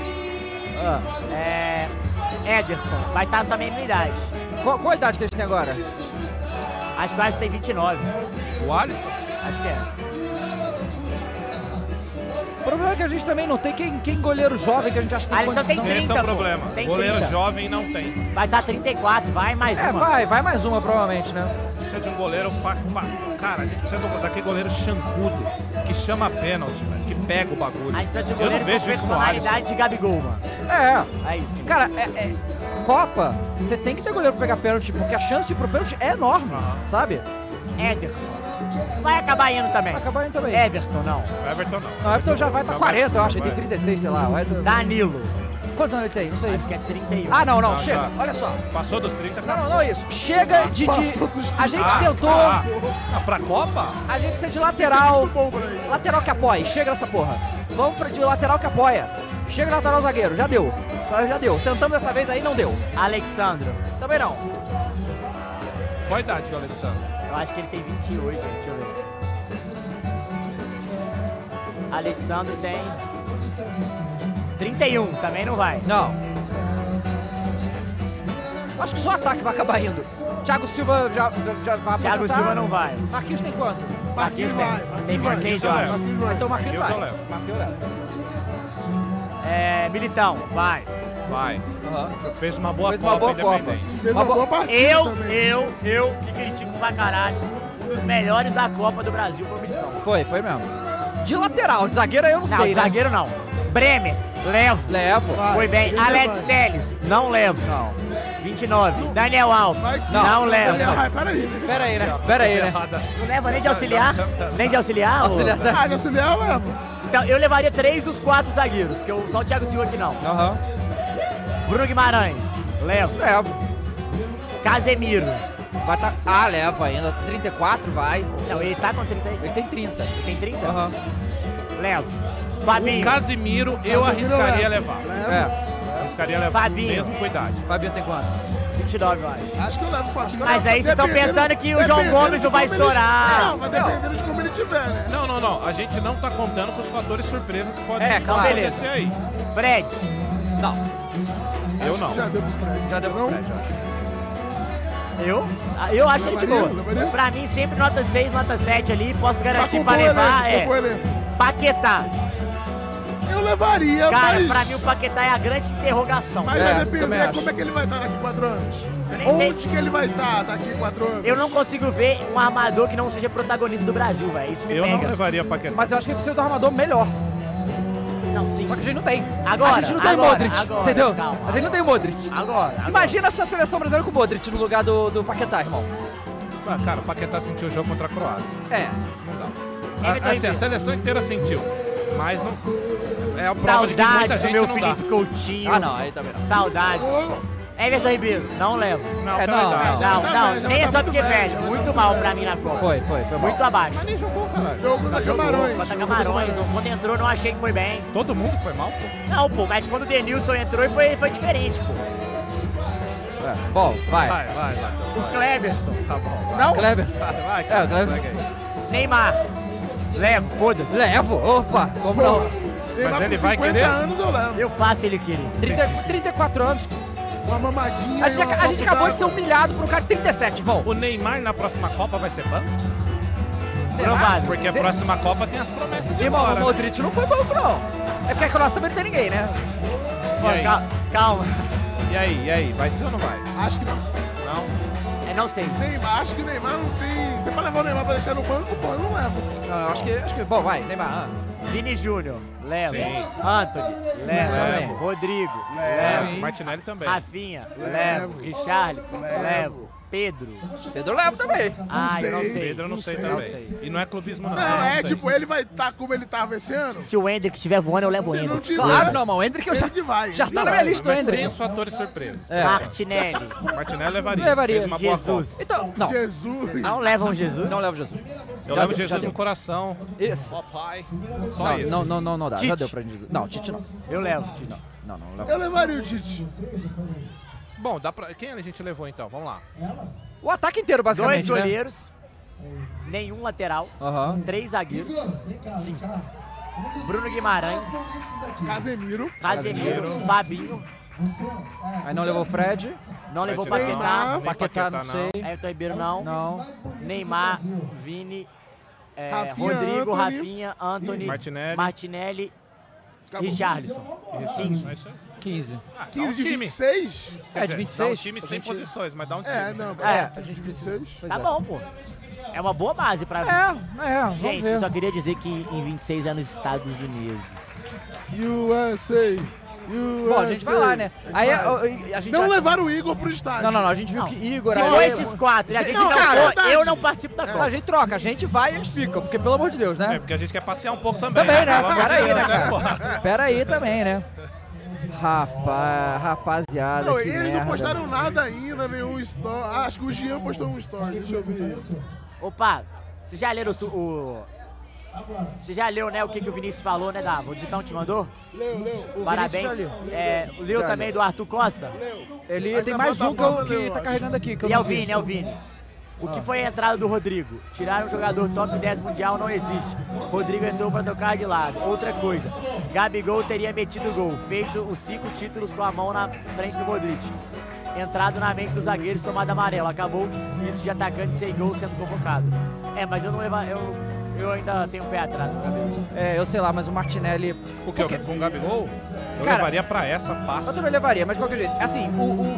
Ederson. Vai estar também na idade. Qual a idade que a gente tem agora? Acho que o Alisson tem 29. O Alisson? Acho que é. O problema é que a gente também não tem quem goleiro jovem que a gente acha que tem Alisson tem condição. 30. Esse é o pô. problema. Tem Goleiro 30. jovem não tem. Vai estar 34. Vai mais uma. Vai mais uma provavelmente, né? Precisa de um goleiro cara, a gente precisa daquele goleiro chancudo, que chama pênalti, velho, que pega o bagulho. A gente precisa de um Eu não goleiro com vejo isso no Alisson. personalidade de Gabigol, mano. É isso. Cara, Copa, você tem que ter goleiro pra pegar pênalti, porque a chance de ir pro pênalti é enorme, sabe? Ederson. Vai acabar indo também. Vai acabar indo também. Everton, não. Everton não. Não, o Everton já vai pra 40, eu acho, ele tem 36, sei lá. Danilo. Quantos anos ele tem? Não sei. Acho que é 31. Ah, não, Não, chega. já. Olha só. Passou dos 30, Não é isso. Chega de... A gente tentou... Pra Copa? A gente precisa de lateral. Muito bom pra ele. Lateral que apoia. Chega nessa porra. Vamos de lateral que apoia. Chega lateral zagueiro. Já deu. Já deu. Tentamos dessa vez aí, não deu. Alexandro. Também não. Qual a idade do Alexandre? Eu acho que ele tem 28, deixa eu ver. Alexandre tem 31, também não vai. Não. Acho que só o ataque vai acabar indo. Thiago Silva já vai Thiago aposentar. Silva não vai. Marquinhos tem quanto? Marquinhos vai. tem 26, eu vai. acho. Então o Marquinhos Eu vai. já levo. Marquinhos leva. Militão, vai. Vai. Aham. Fez uma boa Fez Copa, uma boa Copa. independente. Fez uma boa partida também. Eu que critico pra caralho. Um dos melhores da Copa do Brasil foi o Militão. Foi mesmo. De lateral, de zagueiro eu não, Não, sei, né? zagueiro não. Bremer, levo. Levo. Foi bem. ele Alex vai. Telles, não levo. Não. 29. Daniel Alves, Vai que- não levo. Vai, peraí. Pera aí, né? Pera aí, né? Errada. Não leva nem de auxiliar? Nem de auxiliar? ô? Auxiliar. Ah, de auxiliar eu levo. Então, eu levaria 3 dos 4 zagueiros, porque só o Thiago Silva aqui não. Aham. Bruno Guimarães, levo. Levo. Casemiro. Vai tá... leva ainda. 34, vai. Não, ele tá com 30 aí. Ele tem 30. Ele tem 30? Aham. Levo. O Fabinho. Casimiro eu arriscaria levar. É. Arriscaria levar. Fabinho. Mesmo com idade. Fabinho tem quanto? 29, eu acho. Acho que eu levo o Fabinho. Mas aí vocês estão pensando que o João Gomes não vai estourar. Não, mas dependendo de como ele tiver, né? Não. A gente não tá contando com os fatores surpresas que podem claro. acontecer aí. Fred. Não. Eu não. Já deu pro Fred. Já deu pro Fred, já. Eu acho ele de boa. Levaria? Pra mim, sempre nota 6, nota 7 ali. Posso Tá garantir com pra bom levar. elenco, tá com bom elenco. Paquetá. Eu levaria, Cara, mas... pra mim o Paquetá é a grande interrogação. Mas É, vai também depender acho. como é que ele vai estar daqui 4 anos. Eu nem sei. Onde que ele vai estar daqui 4 anos? Eu não consigo ver um armador que não seja protagonista do Brasil, velho. Isso me Eu não pega. levaria Paquetá. Mas eu acho que ele precisa de um armador melhor. Não, sim. Só que a gente não tem. Agora, a gente não tem agora, Modric, agora, entendeu? calma. A gente não tem Modric. Agora. Imagina essa seleção brasileira com o Modric no lugar do Paquetá, irmão. Ah, cara, o Paquetá sentiu o jogo contra a Croácia. É. Não dá. Everton Assim, a Ribeiro. seleção inteira sentiu. Mas não. É a prova de que muita Saudades do gente meu não dá. Felipe Coutinho. Ah, não, aí também não. Saudades. Everton Ribeiro, não levo. Não, É, pela não, idade. Não, nem é só porque velho. Muito mal pra mim na Copa. Foi mal. Muito abaixo. Mas nem jogou, caralho. Jogo da Camarões. Contra Camarões. Quando entrou, não achei que foi bem. Todo mundo foi mal, pô. Não, pô, mas quando o Denilson entrou, foi diferente, pô. É, bom, vai. Vai. O Cleberson. Tá bom. Não? Kleber. Vai, É, o Kleber. segue aí. Neymar. Levo, foda-se. Levo, opa, como não? Neymar ele com vai 50 querer? anos eu levo. Eu faço ele querer. 34 anos. Uma mamadinha. A gente acabou de ser humilhado por um cara de 37, irmão. O Neymar na próxima Copa vai ser banco? Provável. Porque a próxima Copa tem as promessas de Irmão, embora, o Modric não foi banco, não. É porque a Croácia também não tem ninguém, né? Ó, E aí? calma. E aí? Vai ser ou não vai? Acho que não. Não? Não sei. Neymar, acho que o Neymar não tem. Você pode levar o Neymar pra deixar no banco, pô, eu não levo. Não, acho que bom, vai, Neymar. Vini Júnior, levo. Sim. Anthony, levo. Levo. Rodrigo, Levo. levo. Martinelli também. Rafinha, levo. Richarlison, levo. Pedro. Pedro leva também. Ah, eu não sei. sei. Pedro eu não sei Não também. sei. E não é clubismo, não. Não, Eu é sei. tipo, ele vai estar como ele tava esse ano. Se o Hendrick estiver voando, eu levo o Se não Hendrick. tiver, Claro, não, mano. O Hendrick eu já, ele que vai. já ele tá que na minha vai. lista, o Mas sem Hendrick. os fatores surpresa. É. Martinelli. Martinelli levaria. Levaria. Fez uma boa Jesus. Copa. Então, não. Jesus. Não levam Jesus. Não levo Jesus. Eu Já levo deu, Jesus já deu. no coração. Isso. Ó pai. Só isso. Não dá. Já Tite. deu pra Jesus. Não, Tite não. Eu levo, Tite. Não Eu leva. levaria o Tite. Bom, dá pra... quem a gente levou então? Vamos lá. O ataque inteiro, Dois basicamente, né? goleiros, nenhum lateral, Aham. 3 zagueiros, 5. Bruno Guimarães, Casemiro. Casemiro, Fabinho, Aí não levou o Fred. não levou Neymar. Paquetá, Nem Paquetá, não sei. Everton Ribeiro não, Não. Neymar, Vini, Rafinha, Rodrigo, Anthony. Rafinha, Anthony, Martinelli. Acabou. Richarlison. Isso, 15. é isso aí. 15. Ah, dá 15 um de time. 26? Quer É, de dizer, 26? Dá um time A sem gente- posições, mas dá um time. É, não. A gente precisa. 26. Pois Tá é. bom, pô. É uma boa base pra vir. Vamos Gente, ver. eu só queria dizer que em 26 é nos Estados Unidos. USA. Bom, a gente vai lá, né? Aí a gente Não já- levaram o Igor pro estádio. Não, a gente viu Não. que Igor Se aí- for esses 4 e a gente Não, não, cara, for, verdade. eu não participo da Copa. A gente troca, a gente vai e eles ficam, porque pelo amor de Deus, É, né? porque a gente quer passear um pouco também. Também, né? Pelo amor Pera de aí, Deus, né, porra? cara? Pera aí também, né? Rapaziada, Não, que eles merda. não postaram nada ainda, nenhum story. Ah, acho que o Jean postou um story, deixa eu ver. Opa, você já leram Você já leu, né, o que o Vinícius falou, né, Dava? O Vitão te mandou? Leu. Parabéns. já leu. Leu Já também leu. do Arthur Costa? Ele Aí tem na mais um plataforma que deu, tá acho. carregando aqui. Que eu E é não o vi. Vini, é o Vini. O que foi a entrada do Rodrigo? Tirar um jogador top 10 mundial não existe. Rodrigo entrou pra tocar de lado. Outra coisa, Gabigol teria metido gol, feito os 5 títulos com a mão na frente do Modric. Entrado na mente dos zagueiros, tomada amarela. Acabou isso de atacante sem gol sendo convocado. Mas eu não eu ainda tenho um pé atrás com o Gabigol. É, eu sei lá, mas o Martinelli... O que? Com o Gabigol? Eu Cara, levaria pra essa fácil. Eu também levaria, mas de qualquer jeito. Assim,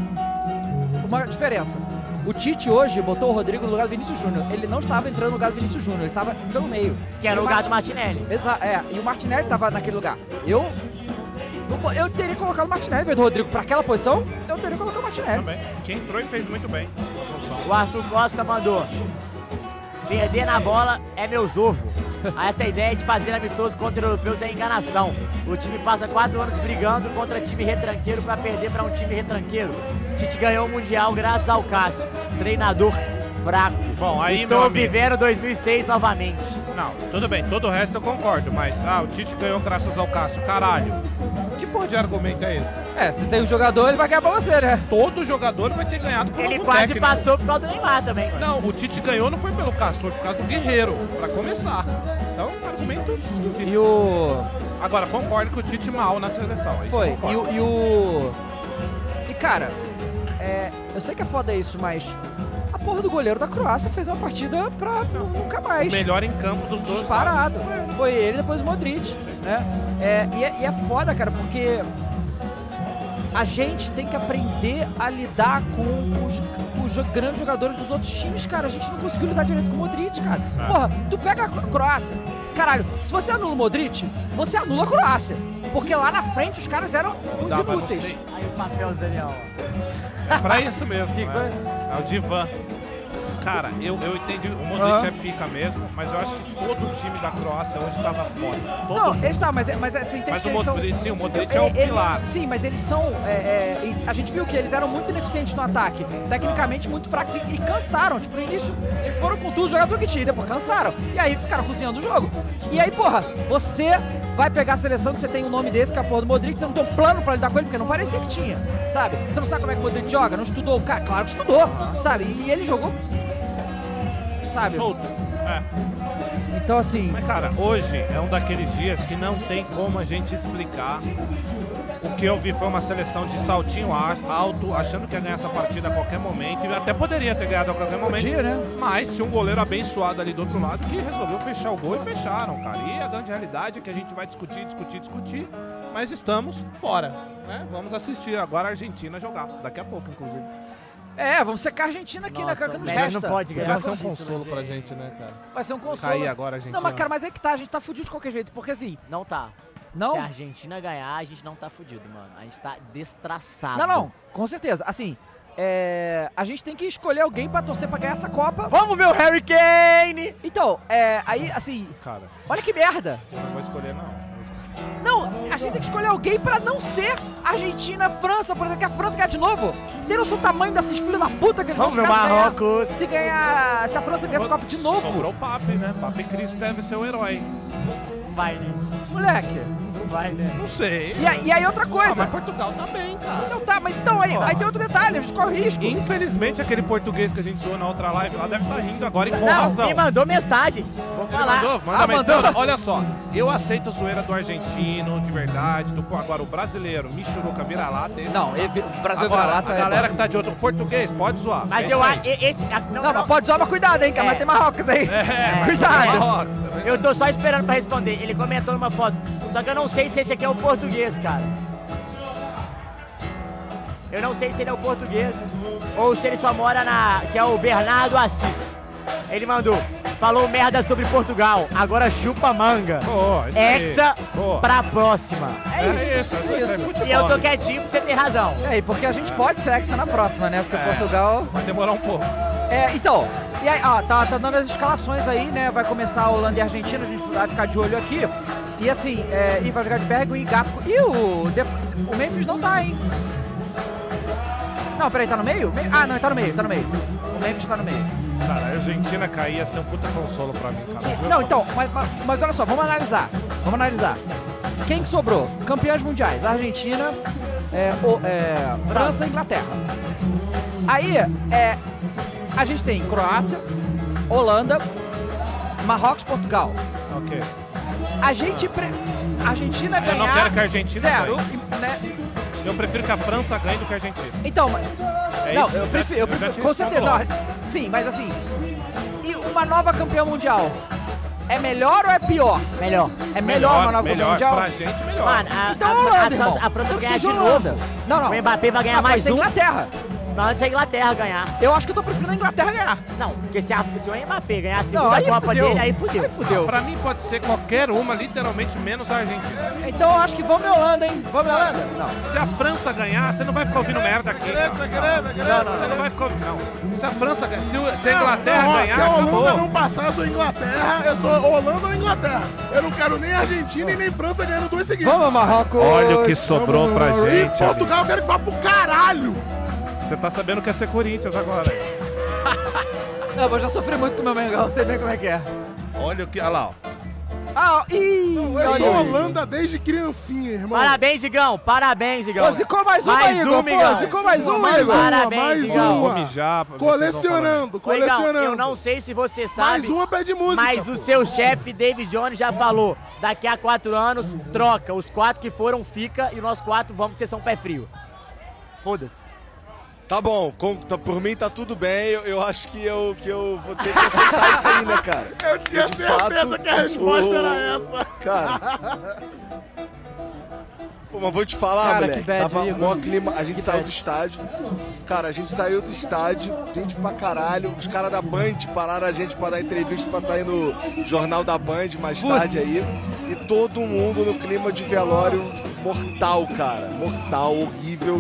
uma diferença. O Tite hoje botou o Rodrigo no lugar do Vinícius Júnior. Ele não estava entrando no lugar do Vinícius Júnior, ele estava pelo meio. Que era E o lugar do Martinelli. E o Martinelli estava naquele lugar. Eu teria colocado o Martinelli em vez do Rodrigo pra aquela posição, eu teria colocado o Martinelli. Também. Quem entrou e fez muito bem. a função. O Arthur Costa mandou: perder na bola é meus ovos. Essa ideia de fazer amistoso contra europeus é enganação. O time passa 4 anos brigando contra time retranqueiro pra perder pra um time retranqueiro. Tite ganhou o Mundial graças ao Cássio, treinador fraco. Bom, aí, meu Estou amigo. vivendo 2006 novamente. Não, tudo bem, todo o resto eu concordo, mas o Tite ganhou graças ao Cássio, caralho. Que porra de argumento é esse? Se tem um jogador, ele vai ganhar pra você, né? Todo jogador vai ter ganhado por Ele algum quase técnico. passou por causa do Neymar também. Não, o Tite ganhou não foi pelo Cássio, foi por causa do Guerreiro, pra começar. Então, argumento esquisito. E o... Agora, concordo que o Tite mal na seleção. isso Foi. eu concordo. E cara, eu sei que é foda isso, mas a porra do goleiro da Croácia fez uma partida pra nunca mais. O melhor em campo dos dois. Disparado. Foi ele e depois o Modric, né? E é foda, cara, porque a gente tem que aprender a lidar com os grandes jogadores dos outros times, cara. A gente não conseguiu lidar direito com o Modric, cara. Porra, tu pega a Croácia. Caralho, se você anula o Modric, você anula a Croácia. Porque lá na frente os caras eram uns Dá, mas não inúteis. sei. Aí o papel do Daniel. É pra isso mesmo. Que né? foi? É o divã. Cara, eu entendi, o Modric é pica mesmo, mas eu acho que todo o time da Croácia hoje tava fora. Não, eles tá, mas assim, tem Mas que o eles são- Modric, sim, o Modric é o pilar. Sim, mas eles são. A gente viu que eles eram muito ineficientes no ataque, tecnicamente muito fracos e cansaram. Tipo, no início, eles foram com tudo, jogador que tinha, e depois cansaram. E aí ficaram cozinhando o jogo. E aí, porra, você vai pegar a seleção que você tem um nome desse, que é a porra do Modric, você não tem um plano pra lidar com ele, porque não parecia que tinha, sabe? Você não sabe como é que o Modric joga, não estudou o cara? Claro que estudou, sabe? E ele jogou, sabe? Solto. É. Então, assim... Mas, cara, hoje é um daqueles dias que não tem como a gente explicar. O que eu vi foi uma seleção de saltinho alto, achando que ia ganhar essa partida a qualquer momento. E até poderia ter ganhado a qualquer momento. Podia, né? Mas tinha um goleiro abençoado ali do outro lado que resolveu fechar o gol e fecharam, cara. E a grande realidade é que a gente vai discutir, mas estamos fora, né? Vamos assistir agora a Argentina jogar, daqui a pouco, inclusive. Vamos secar a Argentina aqui, né, cara? Que nos Messi resta. não pode ganhar. Podia ser um título, consolo gente. pra gente, né, cara? Vai ser um consolo. Cair agora a Argentina. Não, mas cara, mas é que tá, a gente tá fudido de qualquer jeito, porque assim, Não tá. não... Se a Argentina ganhar, a gente não tá fudido, mano. A gente tá destraçado. Não, com certeza. Assim, a gente tem que escolher alguém pra torcer pra ganhar essa Copa. Vamos ver o Harry Kane! Então, aí, assim, Cara, olha que merda. eu não vou escolher, não. Vou escolher. Não, a gente tem que escolher alguém pra não ser Argentina, França, por exemplo, que a França ganhar de novo. Você tem noção do tamanho desses filhos da puta que eles Vamos vão ver o ficar Marrocos. se ganhar, se a França ganhar essa Copa de novo. Sobrou o Pape, né? Pape Cristo deve ser o herói. Vai, né? Moleque. Não vai, né? Não sei. E aí outra Ah, coisa. mas Portugal tá bem, cara. Não tá, mas então, aí tem outro detalhe, a gente corre risco. Infelizmente, aquele português que a gente zoou na outra live lá deve estar rindo agora e com Não, razão. me mandou mensagem. Vou Ele falar. mandou? Manda Ah, mensagem. mandou? Não, olha só, eu aceito a zoeira do argentino, de verdade, agora o brasileiro, Michuruca vira-lata, esse Não, dá. o Brasil Agora, vira-lata a galera que tá de outro português, pode zoar. Mas É eu isso acho. aí. Não, mas pode zoar, mas cuidado, hein, cara, É. mas tem Marrocos aí. É, Cuidado. Marrocos, é verdade. Eu tô só esperando pra responder. Ele comentou numa foto. Só que eu não sei se esse aqui é o português, cara. Eu não sei se ele é o português ou se ele só mora que é o Bernardo Assis. Ele mandou. Falou merda sobre Portugal. Agora chupa manga. Boa, isso aí. Hexa Boa. pra próxima. É isso. Isso é futebol. E eu tô quietinho pra você ter razão. Porque a gente pode ser hexa na próxima, né? Porque Portugal... Vai demorar um pouco. Então, e aí, ó, tá dando as escalações aí, né? Vai começar a Holanda e a Argentina, a gente vai ficar de olho aqui. E assim, e vai jogar de Bergwijn e Gakpo. E o Memphis não tá, hein? Não, peraí, tá no meio? Ah, não, ele tá no meio. O Memphis tá no meio. Cara, a Argentina cair ia ser um puta consolo pra mim, cara. Não, então, mas olha só, vamos analisar. Quem que sobrou? Campeões mundiais, Argentina, França e Inglaterra. Aí, a gente tem Croácia, Holanda, Marrocos, Portugal. Ok. Argentina ganhar... Eu não quero que a Argentina zero, ganhe. né? Eu prefiro que a França ganhe do que a Argentina. Então, É não, isso, eu já prefiro, tinha com certeza. falado. Não, sim, mas assim, e uma nova campeã mundial, é melhor ou é pior? Melhor. É melhor uma nova campeã melhor. mundial? Pra gente, melhor. Mano, Então a Holanda, irmão. a França Então vai ganhar que de seja novo. Holanda. Não. O Mbappé vai ganhar Ah, mais pode ser um. Inglaterra. Não, antes da Inglaterra ganhar. Eu acho que eu tô preferindo a Inglaterra ganhar. Não, porque se o Mbappé ganhar a Não, segunda aí Copa fudeu. dele, aí fudeu. Aí fudeu. Pra mim pode ser qualquer uma, literalmente menos a Argentina. Então eu acho que vamos em Holanda, hein? Vamos em Holanda? Não. Se a França ganhar, você não vai ficar ouvindo merda aqui. Cara. Você não vai ficar ouvindo. Não. Se a França ganhar, se a Inglaterra Não, ó, ganhar, se a Holanda acabou. não passar, eu sou Inglaterra, eu sou Holanda ou Inglaterra. Eu não quero nem Argentina e nem França ganhando 2 seguidos. Vamos, Marrocos. Olha o que sobrou pra E gente. Portugal eu quero que vá pro caralho. Você tá sabendo que é ser Corinthians agora. Não, eu já sofri muito com o meu Mengão, sei bem como é que é. Olha o que. Olha lá, ó. Ah, ih, Eu olha sou aí. Holanda desde criancinha, irmão. Parabéns, Igão. Parabéns, Igão. Pô, zicou mais uma, Mais Igor. uma, Pô, Igão. zicou mais uma, Mais Igor. uma, Parabéns, mais Igão. uma. Vou mijar, vocês vão Colecionando, Ô, Igão, colecionando. eu não sei se você sabe, Mais uma pede música. mas pô. o seu chefe, David Jones, já falou. Daqui a 4 anos, troca. Os 4 que foram, fica. E nós 4 vamos pra sessão pé frio. Foda-se. Tá bom, por mim tá tudo bem, eu acho que eu vou ter que aceitar isso aí, né, cara? Eu tinha De certeza fato, que a resposta o- era essa. Cara. Pô, mas vou te falar, Cara, moleque, que bad, tava Igor. mó clima, a gente Que saiu bad. do estádio. Cara, a gente saiu do estádio, gente pra caralho, os caras da Band pararam a gente pra dar entrevista pra sair no Jornal da Band mais tarde aí. E todo mundo no clima de velório mortal, cara, mortal, horrível.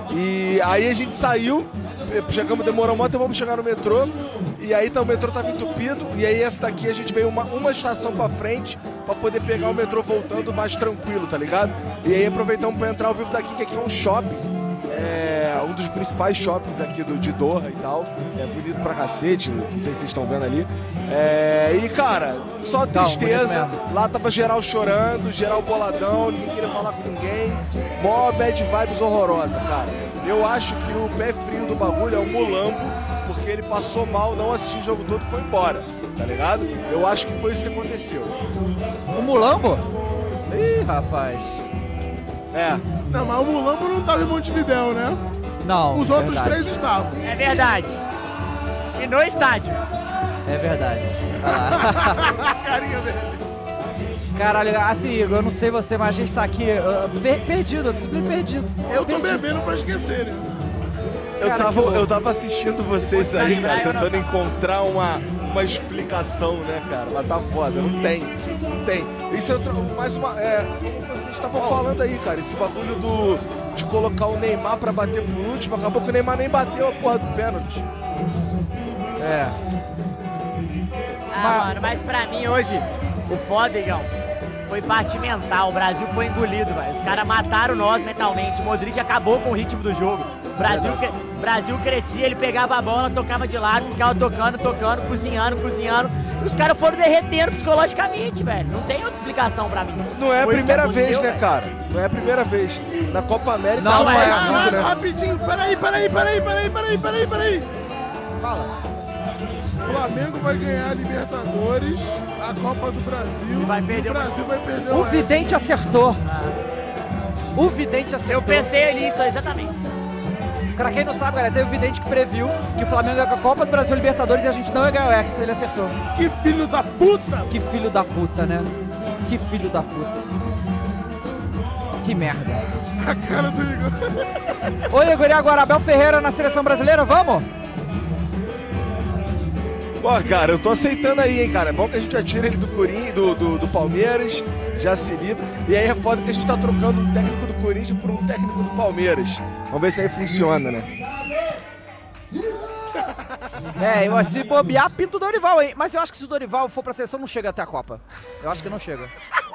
E aí a gente saiu, chegamos, demorou muito tempo, vamos chegar no metrô. E aí o metrô tava entupido. E aí essa daqui a gente veio uma estação pra frente pra poder pegar o metrô voltando mais tranquilo, tá ligado? E aí aproveitamos pra entrar ao vivo daqui, que aqui é um shopping. É um dos principais shoppings aqui de Doha e tal. É bonito pra cacete, não sei se vocês estão vendo ali. E cara, só tristeza. Lá tava geral chorando, geral boladão, ninguém queria falar com ninguém. Mó bad vibes horrorosa, cara. Eu acho que o pé frio do bagulho é o Mulambo, porque ele passou mal, não assistiu o jogo todo e foi embora, tá ligado? Eu acho que foi isso que aconteceu. O Mulambo? Ih, rapaz. Não, mas o Mulambo não tava em Montevidéu, né? Não. Os outros três estavam. É verdade. E no estádio. É verdade. A carinha dele. Caralho, assim, Igor, eu não sei você, mas a gente tá aqui perdido, simplesmente perdido. Eu tô bebendo pra esquecer, né? Eu tava assistindo vocês aí, cara, tentando encontrar uma explicação, né, cara? Mas tá foda, não tem. Isso é mais uma. Como vocês estavam falando aí, cara, esse bagulho de colocar o Neymar pra bater por último, acabou que o Neymar nem bateu a porra do pênalti. Mano, mas pra mim hoje, o foda, Igão, foi parte mental. O Brasil foi engolido, velho. Os caras mataram nós mentalmente. O Modric acabou com o ritmo do jogo. O Brasil crescia, ele pegava a bola, tocava de lado, ficava tocando, cozinhando. E os caras foram derretendo psicologicamente, velho. Não tem outra explicação pra mim. Não é a primeira vez, né, velho? cara? Não é a primeira vez. Na Copa América Não, foi mas parecido, né? Rapidinho, peraí. Fala. O Flamengo vai ganhar a Libertadores, a Copa do Brasil. Vai perder o Brasil vai perder O vidente acertou. O vidente acertou. Eu pensei nisso, exatamente. Pra quem não sabe, galera, teve um vidente que previu que o Flamengo ia com a Copa do Brasil Libertadores e a gente não ia ganhar o Hexa, ele acertou. Que filho da puta! Que filho da puta, né? Que filho da puta. Que merda. A cara do Igor. Ô Igor, e agora? Abel Ferreira na seleção brasileira, vamos? Pô, cara, eu tô aceitando aí, hein, cara. É bom que a gente atira ele do Corinthians, do Palmeiras, já se livra. E aí é foda que a gente tá trocando um técnico do Corinthians por um técnico do Palmeiras. Vamos ver se aí funciona, né? Eu se bobear, pinta o Dorival, hein? Mas eu acho que se o Dorival for pra seleção, não chega até a Copa. Eu acho que não chega.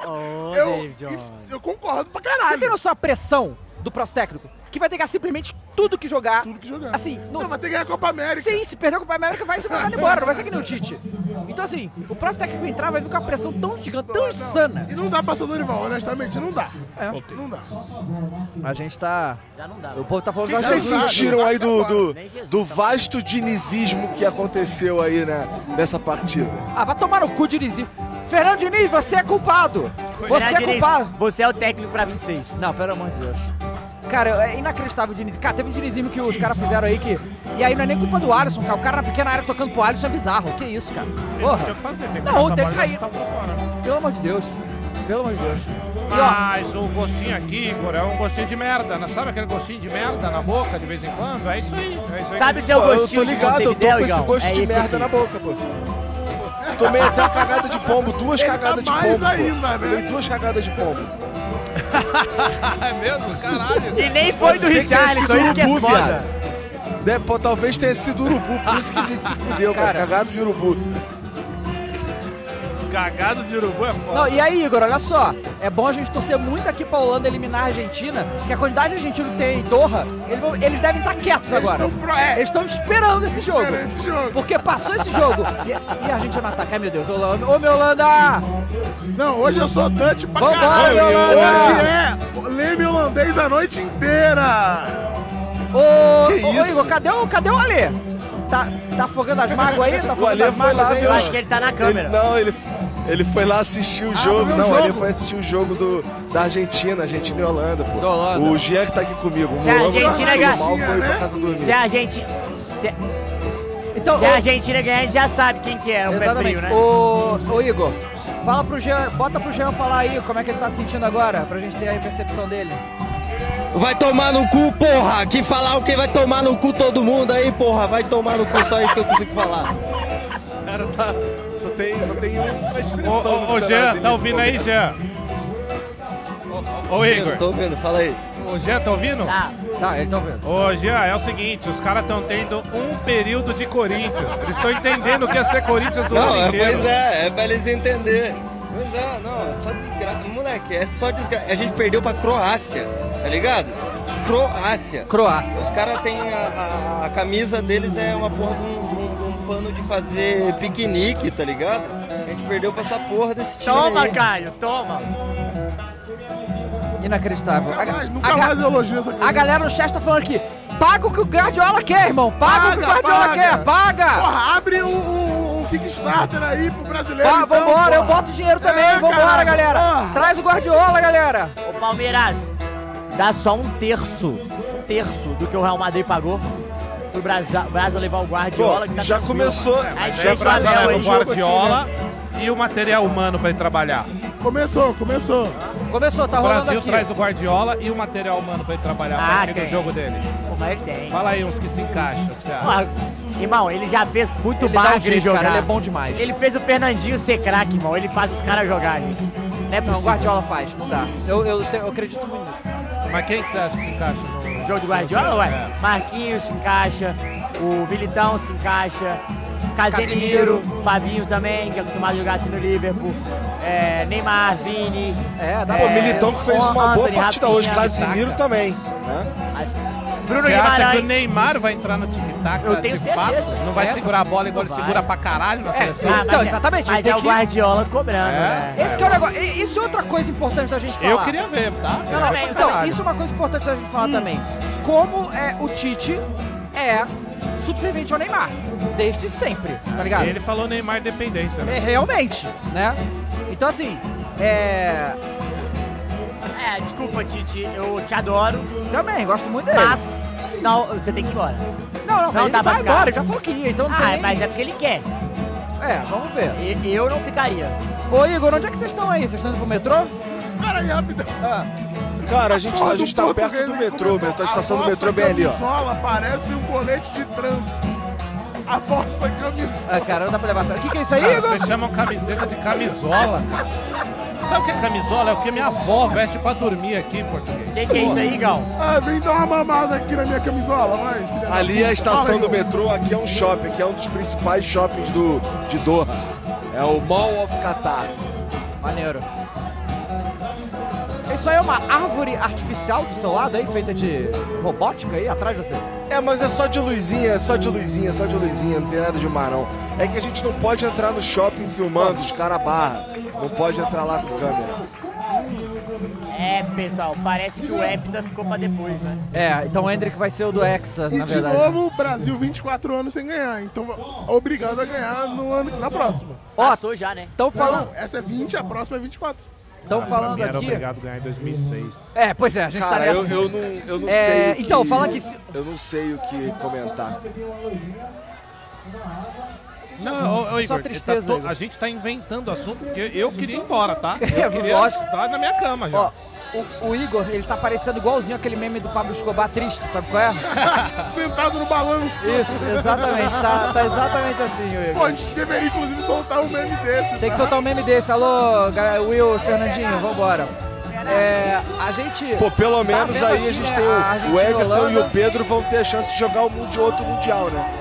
Eu concordo pra Você tem caralho. noção da pressão do próximo técnico? Que vai ter que simplesmente tudo que jogar. Assim, Não, vai ter que ganhar a Copa América. Sim, se perder a Copa América vai ser mandado embora, não vai ser que nem o Tite. Então assim, o próximo técnico que entrar vai vir com uma pressão tão gigante, tão insana. E não dá pra ser o Dorival, honestamente, não dá. Não dá. A gente tá... Já não dá. O povo tá falando Que que Vocês Exato. sentiram aí Nem Jesus do tá vasto dinizismo que aconteceu aí, né, nessa partida? Ah, vai tomar no cu, Diniz. Fernando Diniz, você é culpado. Você é culpado. Você é o técnico pra 26. Não, pelo amor de Deus. Cara, é inacreditável o Diniz. Cara, teve um dinizismo que os caras fizeram aí que... E aí não é nem culpa do Alisson, cara. O cara na pequena área tocando pro Alisson é bizarro. Que isso, cara? Porra. Tem o que fazer, tem que Não, passar tem a que bola e cair. chutar pra fora. Pelo amor de Deus. Pelo amor de Deus. E ó, Mas o gostinho aqui, Igor, é um gostinho de merda, né? Sabe aquele gostinho de merda na boca de vez em quando? É isso aí. É isso aí Sabe que- seu Pô, eu tô gostinho de ligado, eu tô Montevidéu, com esse Igão? gosto É de esse merda aqui. na boca, pô. Tomei até uma cagada de pombo, duas Ele cagadas tá de mais pombo. pô. ainda, né? Tomei duas cagadas de pombo. É mesmo? Caralho. E nem foi do Pode ser que tenha Richarlison, sido isso que é urubu, foda. viado. Pô, talvez tenha sido urubu, por isso que a gente se fudeu, cara. Cagado de urubu. Cagado de urubu é foda. não, e aí, Igor, olha só. É bom a gente torcer muito aqui pra Holanda eliminar a Argentina, que a quantidade de argentinos que tem em Doha, eles devem estar quietos agora. Eles estão esperando esse jogo. Era esse jogo. Porque passou esse jogo. E a Argentina ataca. Ai, meu Deus, Holanda. Ô, meu Holanda! Não, hoje eu sou Dutch pra Vambora, caralho. meu Holanda. Hoje é leme holandês a noite inteira. Ô, Que ô, isso? Igor, cadê o Alê? Tá afogando as mágoas aí? Tá O afogando Alê as foi mágoas lá, aí? Eu ó? acho que ele tá na câmera. Ele foi lá assistir o jogo. foi ver o Não, jogo? ele foi assistir o jogo da Argentina e Holanda, pô. Da Holanda. O Jean que tá aqui comigo. Se a Argentina passou ganhar- mal, foi né? pra casa dormir. Se a gente... Então, Se a Argentina ganhar, a gente já sabe quem que é o pé exatamente. frio, né? Ô, Igor, fala pro Jean, bota pro Jean falar aí como é que ele tá se sentindo agora, pra gente ter a percepção dele. Vai tomar no cu, porra! Que falar o que vai tomar no cu todo mundo aí, porra! Vai tomar no cu, só isso que eu consigo falar. O cara tá. Só tem uma expressão. Ô, no cenário Jean, dele tá nesse ouvindo aí, momento. Jean? Ô Igor, Tô ouvindo, fala aí. o Jean tá ouvindo? Tá, ele tá ouvindo. Ô Jean, é o seguinte, os caras estão tendo um período de Corinthians. Eles estão entendendo o que é ser Corinthians o ano inteiro. Pois é pra eles entenderem. Pois é, não, é só desgraça. Moleque, é só desgraça. A gente perdeu pra Croácia, tá ligado? Croácia. Os caras têm a camisa deles é uma porra de um pano de fazer piquenique, tá ligado? A gente perdeu pra essa porra desse time. Toma, aí. Caio, toma. Inacreditável. Nunca mais eu elogio essa coisa. A galera no chat tá falando aqui, paga o que o Guardiola quer, irmão. Paga o que o Guardiola quer, paga. Porra, abre um Kickstarter aí pro brasileiro. Ah, então, vambora, porra. eu boto dinheiro também, É, vambora, caralho, galera. porra. Traz o Guardiola, galera. Ô, Palmeiras, dá só um terço do que o Real Madrid pagou pro Brasil levar o Guardiola. Que tá Já tranquilo. começou. Aí É deixa o pra Abel levar aí. o Guardiola e o material humano pra ele trabalhar. Começou. Começou, tá O rolando Brasil aqui. traz o Guardiola e o material humano pra ele trabalhar a partir tem. do jogo dele. Pô, mas ele tem. Fala aí uns que se encaixam, o que você acha? Porra, irmão, ele já fez muito Ele dá um bagre de jeito, jogar. cara, ele é bom demais. Ele fez o Fernandinho ser craque, irmão. Ele faz os caras jogarem. Não é Não, o possível. Guardiola faz, não dá. Eu acredito muito nisso. Mas quem que você acha que se encaixa no O jogo do Guardiola, ué? É. Marquinhos se encaixa, o Militão se encaixa, Casemiro, Fabinho também, que é acostumado a jogar assim no Liverpool, Neymar, Vini. Dá Pô, Militão que fez uma boa Anthony, partida hoje, Rafinha, Casimiro Taca. também. Né? Bruno Você acha que o Guimarães. Neymar vai entrar no tic-tac Eu tenho de certeza. fato? Não vai É, segurar a bola igual ele vai. segura pra caralho na seleção? Então, exatamente, Mas ele tem é o que- Guardiola cobrando, É. né? Esse que é o negócio. Isso é outra coisa importante da gente falar. Eu queria ver, tá? Não, não, também, então, caralho. isso é uma coisa importante da gente falar também. Como o Tite é subserviente ao Neymar, desde sempre, tá ligado? Ele falou Neymar dependência, né? Realmente, né? Então assim, Desculpa, Tite, eu te adoro, também, gosto muito dele. mas não, você tem que ir embora. Não, mas não ele dá pra vai ficar. embora, ele já falou que ia, então não tem... Mas é porque ele quer. Vamos ver. Eu não ficaria. Ô Igor, onde é que vocês estão aí? Vocês estão indo pro metrô? Pera aí, rapidão. Cara, a gente tá Porra, perto do metrô, a estação do metrô é bem ali, ó. A camisola parece um colete de trânsito. A vossa camisola. Cara, não dá pra levar a sério. O que é isso aí, Cara, Igor? vocês chamam camiseta de camisola, cara. Sabe o que é camisola? É o que minha avó veste pra dormir aqui em português. O que é isso aí, Gal? Vem dar uma mamada aqui na minha camisola, vai. filha da Ali é a puta. estação Fala, do Igor. metrô, aqui é um shopping, aqui é um dos principais shoppings de Doha. É o Mall of Qatar. Maneiro. Isso aí é uma árvore artificial do seu lado aí, feita de robótica aí, atrás de você? Mas é só de luzinha, não tem nada de mar não. É que a gente não pode entrar no shopping filmando, os caras barra. Não pode entrar lá com câmera. Pessoal, parece que o Hepta ficou pra depois, né? Então o Hendrick vai ser o do Hexa, E na de verdade. novo, o Brasil 24 anos sem ganhar. Então, obrigado a ganhar na próxima. Ó, Passou já, né? estão falando, Não, essa é 20, a próxima é 24. tão Pra falando mim era aqui... obrigado a ganhar em 2006. Pois é, a gente Cara, tá nessa. eu não sei o que... Então, fala que se... Eu não sei o que comentar. Não, ô Igor, tristeza, Igor. a gente tá inventando assunto porque eu queria ir embora, tá? É, Eu queria lógico. estar na minha cama já. Ó, o Igor, ele tá parecendo igualzinho aquele meme do Pablo Escobar triste, sabe qual é? Sentado no balanço. Isso, exatamente, tá exatamente assim, o Igor. Pô, a gente deveria, inclusive, soltar um meme desse. Tem que soltar um meme desse. Alô, Will, Fernandinho, vambora. A gente... Pô, pelo menos vendo aí aqui, a gente né, tem a o Argentina e Everton e Holanda. o Pedro vão ter a chance de jogar outro Mundial, né?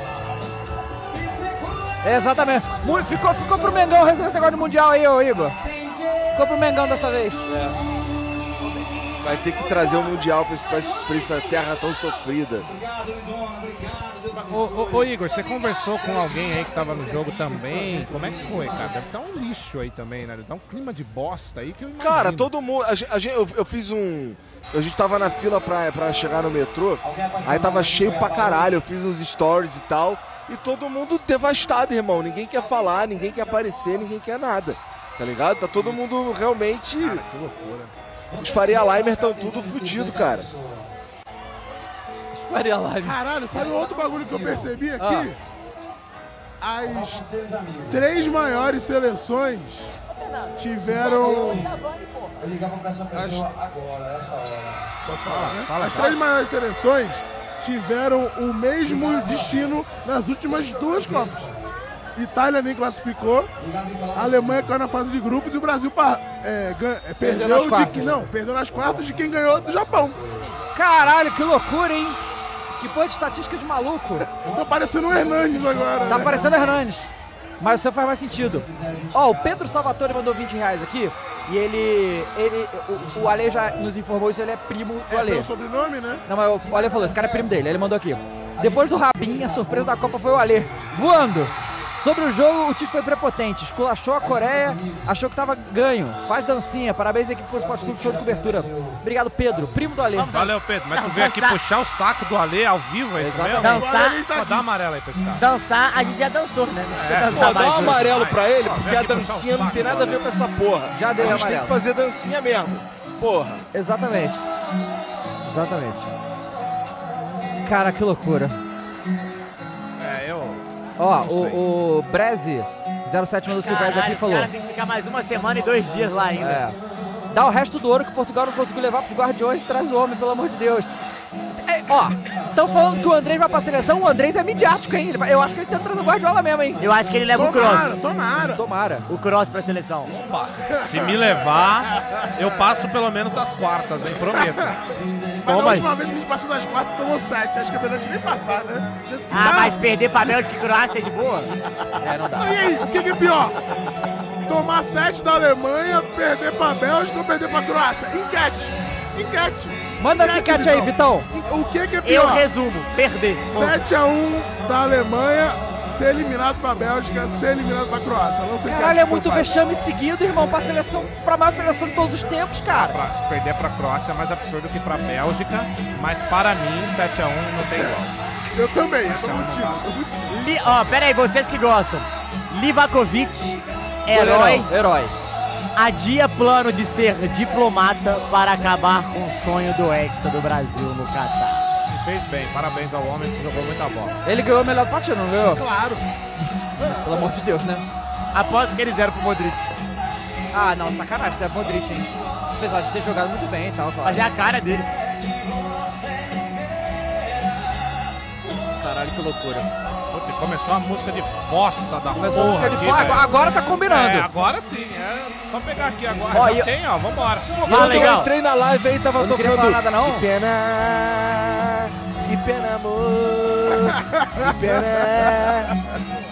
Exatamente. Ficou pro Mengão resolver esse negócio do Mundial aí, ô Igor. Ficou pro Mengão dessa vez. Vai ter que trazer o Mundial pra essa terra tão sofrida. Ô Igor, você conversou com alguém aí que tava no jogo também? Como é que foi, cara? Deve estar um lixo aí também, né? Deve estar um clima de bosta aí que eu imagino. Cara, todo mundo... Eu fiz um... A gente tava na fila pra chegar no metrô, aí tava cheio pra caralho, eu fiz uns stories e tal, e todo mundo devastado, irmão. Ninguém quer falar, ninguém quer aparecer, ninguém quer nada, tá ligado? Tá todo mundo realmente... Cara, que loucura. Os Faria Limer estão tudo fudido, cara. Faria live. Caralho, sabe outro bagulho que eu percebi aqui? As 3 maiores seleções tiveram... As 3 maiores seleções tiveram o mesmo destino nas últimas 2 Copas. Itália nem classificou, a Alemanha caiu na fase de grupos e o Brasil perdeu perdeu nas quartas de quem ganhou do Japão. Caralho, que loucura, hein? Que porra de estatística de maluco. Tô parecendo o Hernandes agora. Tá né? parecendo o Hernandes. Mas o seu faz mais sentido. Ó, o Pedro Salvatore mandou R$20 aqui. E o Ale já nos informou isso, ele é primo do Ale. É o sobrenome, né? Não, mas o Ale falou, esse cara é primo dele, ele mandou aqui. Depois do Rabin, a surpresa da Copa foi o Ale, voando. Sobre o jogo, o Tite foi prepotente, esculachou a Coreia, achou que tava ganho. Faz dancinha, parabéns à equipe do Esporte Clube, show de cobertura. Obrigado, Pedro, primo do Ale. Valeu, Pedro, mas tu veio aqui puxar o saco do Ale ao vivo, é isso mesmo? Dançar, Pô, dá amarelo aí pra esse cara. dançar, a gente já dançou, né? Não precisa dançar Pô, dá mais um hoje. amarelo pra ele, Ó, porque vem a aqui puxar dancinha o não tem saco nada a ver com essa porra. Já deu A gente tem amarelo. que fazer dancinha mesmo. Porra. Exatamente. Cara, que loucura. Ó, o Breze 07 mandou R$5 aqui e Os falou. caras têm que ficar mais uma semana e 2 dias lá ainda. É. Dá o resto do ouro que Portugal não conseguiu levar pros Guardiões e traz o homem, pelo amor de Deus. Ó, estão falando que o Andrés vai pra seleção, o Andrés é midiático, hein? Eu acho que ele tenta trazer o Guardiola mesmo, hein? Eu acho que ele leva o Kroos. Tomara. O Kroos pra seleção. Se me levar, eu passo pelo menos das quartas, hein? Prometo. Mas na última vez que a gente passou das quartas, tomou 7. Acho que é melhor a gente nem passar, né? Mas perder pra Bélgica e Croácia é de boa? Não dá. E aí, o que é pior? Tomar 7 da Alemanha, perder pra Bélgica ou perder pra Croácia? Enquete. Manda essa enquete aí, Vitão. O que é pior? Eu resumo, perder. 7-1 da Alemanha, ser eliminado pra Bélgica, ser eliminado pra Croácia. Lança enquete, Caralho, é muito compadre. vexame seguido, irmão, pra maior seleção de todos os tempos, cara. Pra perder pra Croácia é mais absurdo que pra Bélgica, mas para mim, 7-1 não tem igual. Eu também, eu tô contigo. Ó, pera aí, vocês que gostam. Livakovic, Herói. adia plano de ser diplomata para acabar com o sonho do Hexa do Brasil no Catar. E fez bem, parabéns ao homem que jogou muita bola. Ele ganhou a melhor partida, não ganhou? Claro. Pelo amor de Deus, né? Aposto que eles deram pro Modric. Ah, não, sacanagem, isso é Modric, hein? Apesar de ter jogado muito bem e tal, claro. Mas é a cara deles. Caralho, que loucura. Puta, começou a música de fossa da Começou a porra música de aqui, fogo, velho. agora tá combinando. É, agora sim, é só pegar aqui agora. Ó, Já e- tem, ó, vambora. Fala, legal. Eu entrei na live aí, tava Eu não queria tocando. falar nada, não. Que pena, amor. Que pena.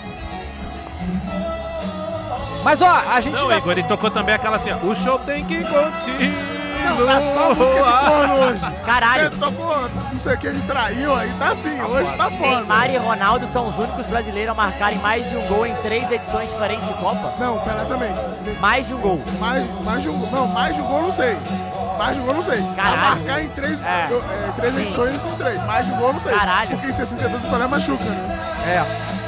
Mas ó, a gente Não, vai... Igor, ele tocou também aquela assim, ó. O show tem que continuar. Não, tá só música de corno hoje. Caralho. Ele tocou, não sei o que, ele traiu aí, tá assim, hoje tá foda. Neymar e Ronaldo são os únicos brasileiros a marcarem mais de um gol em 3 edições diferentes de Copa. Não, Pelé também. Mais de um gol. Mais de um gol. Não, mais de um gol não sei. Mais de um gol não sei. Caralho. A marcar em 3 Sim. edições esses 3. Mais de um gol não sei. Caralho. Porque em 62 o Pelé machuca, né?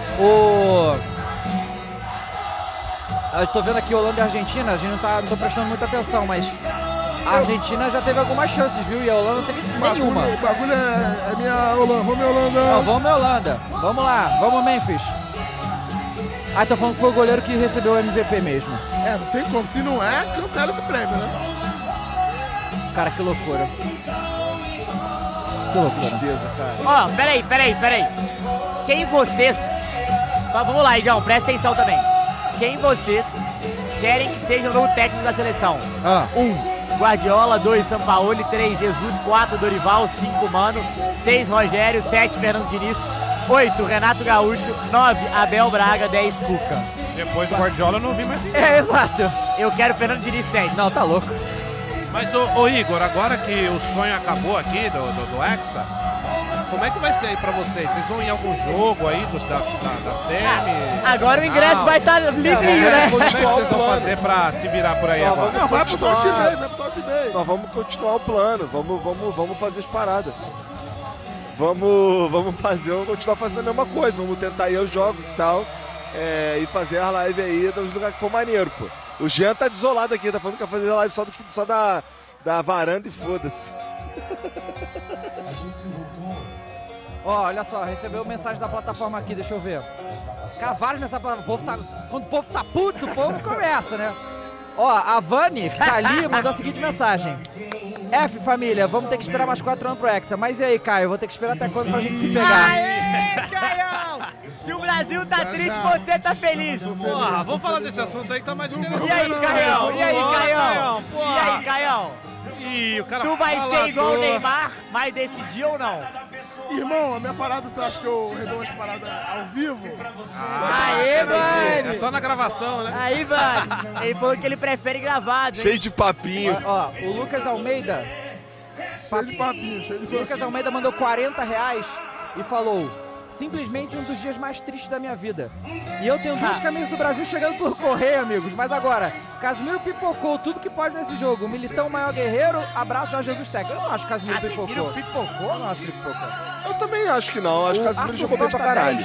Eu tô vendo aqui Holanda e Argentina, a gente não tô prestando muita atenção, mas a Argentina já teve algumas chances, viu? E a Holanda não teve nenhuma. O bagulho é minha Holanda. Vamos, minha Holanda. Não, vamos Holanda. Vamos lá, vamos Memphis. Ah, tô falando que foi o goleiro que recebeu o MVP mesmo. É, não tem como. Se não é, cancela esse prêmio, né? Cara, que loucura. Que loucura. Tristeza, cara. Ó, peraí. Quem vocês... Vamos lá, Igão, presta atenção também. Quem vocês querem que seja o novo técnico da seleção? 1. Guardiola, 2. Sampaoli, 3. Jesus, 4. Dorival, 5. Mano, 6. Rogério, 7. Fernando Diniz, 8. Renato Gaúcho, 9. Abel Braga, 10. Cuca. Depois do Guardiola eu não vi mais ninguém. É, exato. Eu quero Fernando Diniz, 7. Não, tá louco. Mas, ô Igor, agora que o sonho acabou aqui do Hexa, como é que vai ser aí pra vocês? Vocês vão em algum jogo aí da SEMI? Agora o ingresso vai estar livrinho, né? Como é que vocês vão fazer pra se virar por aí agora? Não, vai pro Salt Bay, vai pro Salt Bay. Nós vamos continuar o plano, vamos fazer as paradas. Vamos continuar fazendo a mesma coisa, vamos tentar ir aos jogos e tal, e fazer a live aí nos lugares que for maneiro, pô. O Jean tá desolado aqui, tá falando que vai fazer a live só da varanda e foda-se. Ó, olha só, recebeu mensagem da plataforma aqui, deixa eu ver. Cara, vários nessa plataforma. Quando o povo tá puto, o povo começa, né? Ó, a Vani, que tá ali, mandou a seguinte mensagem. F, família, vamos ter que esperar mais 4 anos pro Hexa. Mas e aí, Caio, vou ter que esperar até quando pra gente se pegar? Aê, Caião! Se o Brasil tá triste, você tá feliz. Porra, vamos falar desse assunto aí que tá mais interessante. E aí, Caião? E aí, Caião? Porra. E aí, Caião? Ih, o cara Tu vai falador. ser igual o Neymar, mas decidir ou não? Irmão, a minha parada, tu acha que eu redou umas paradas ao vivo? Aê, mano! É só na gravação, né? Aí, mano. Ele falou que ele prefere gravado, hein? Cheio de papinho. Ó, o Lucas Almeida. Cheio de papinho, cheio de O papinho. Lucas Almeida mandou R$40 e falou: simplesmente um dos dias mais tristes da minha vida. E eu tenho 2 camisas do Brasil chegando por correio, amigos. Mas agora, Casimiro pipocou tudo que pode nesse jogo. O Militão Maior Guerreiro, abraço Jorge Jesus Teca. Eu não acho que Casimiro pipocou. pipocou? Eu não acho que ele pipocou. Eu também acho que não. Acho que o Casimiro Arthur jogou bem pra Costa caralho. 10.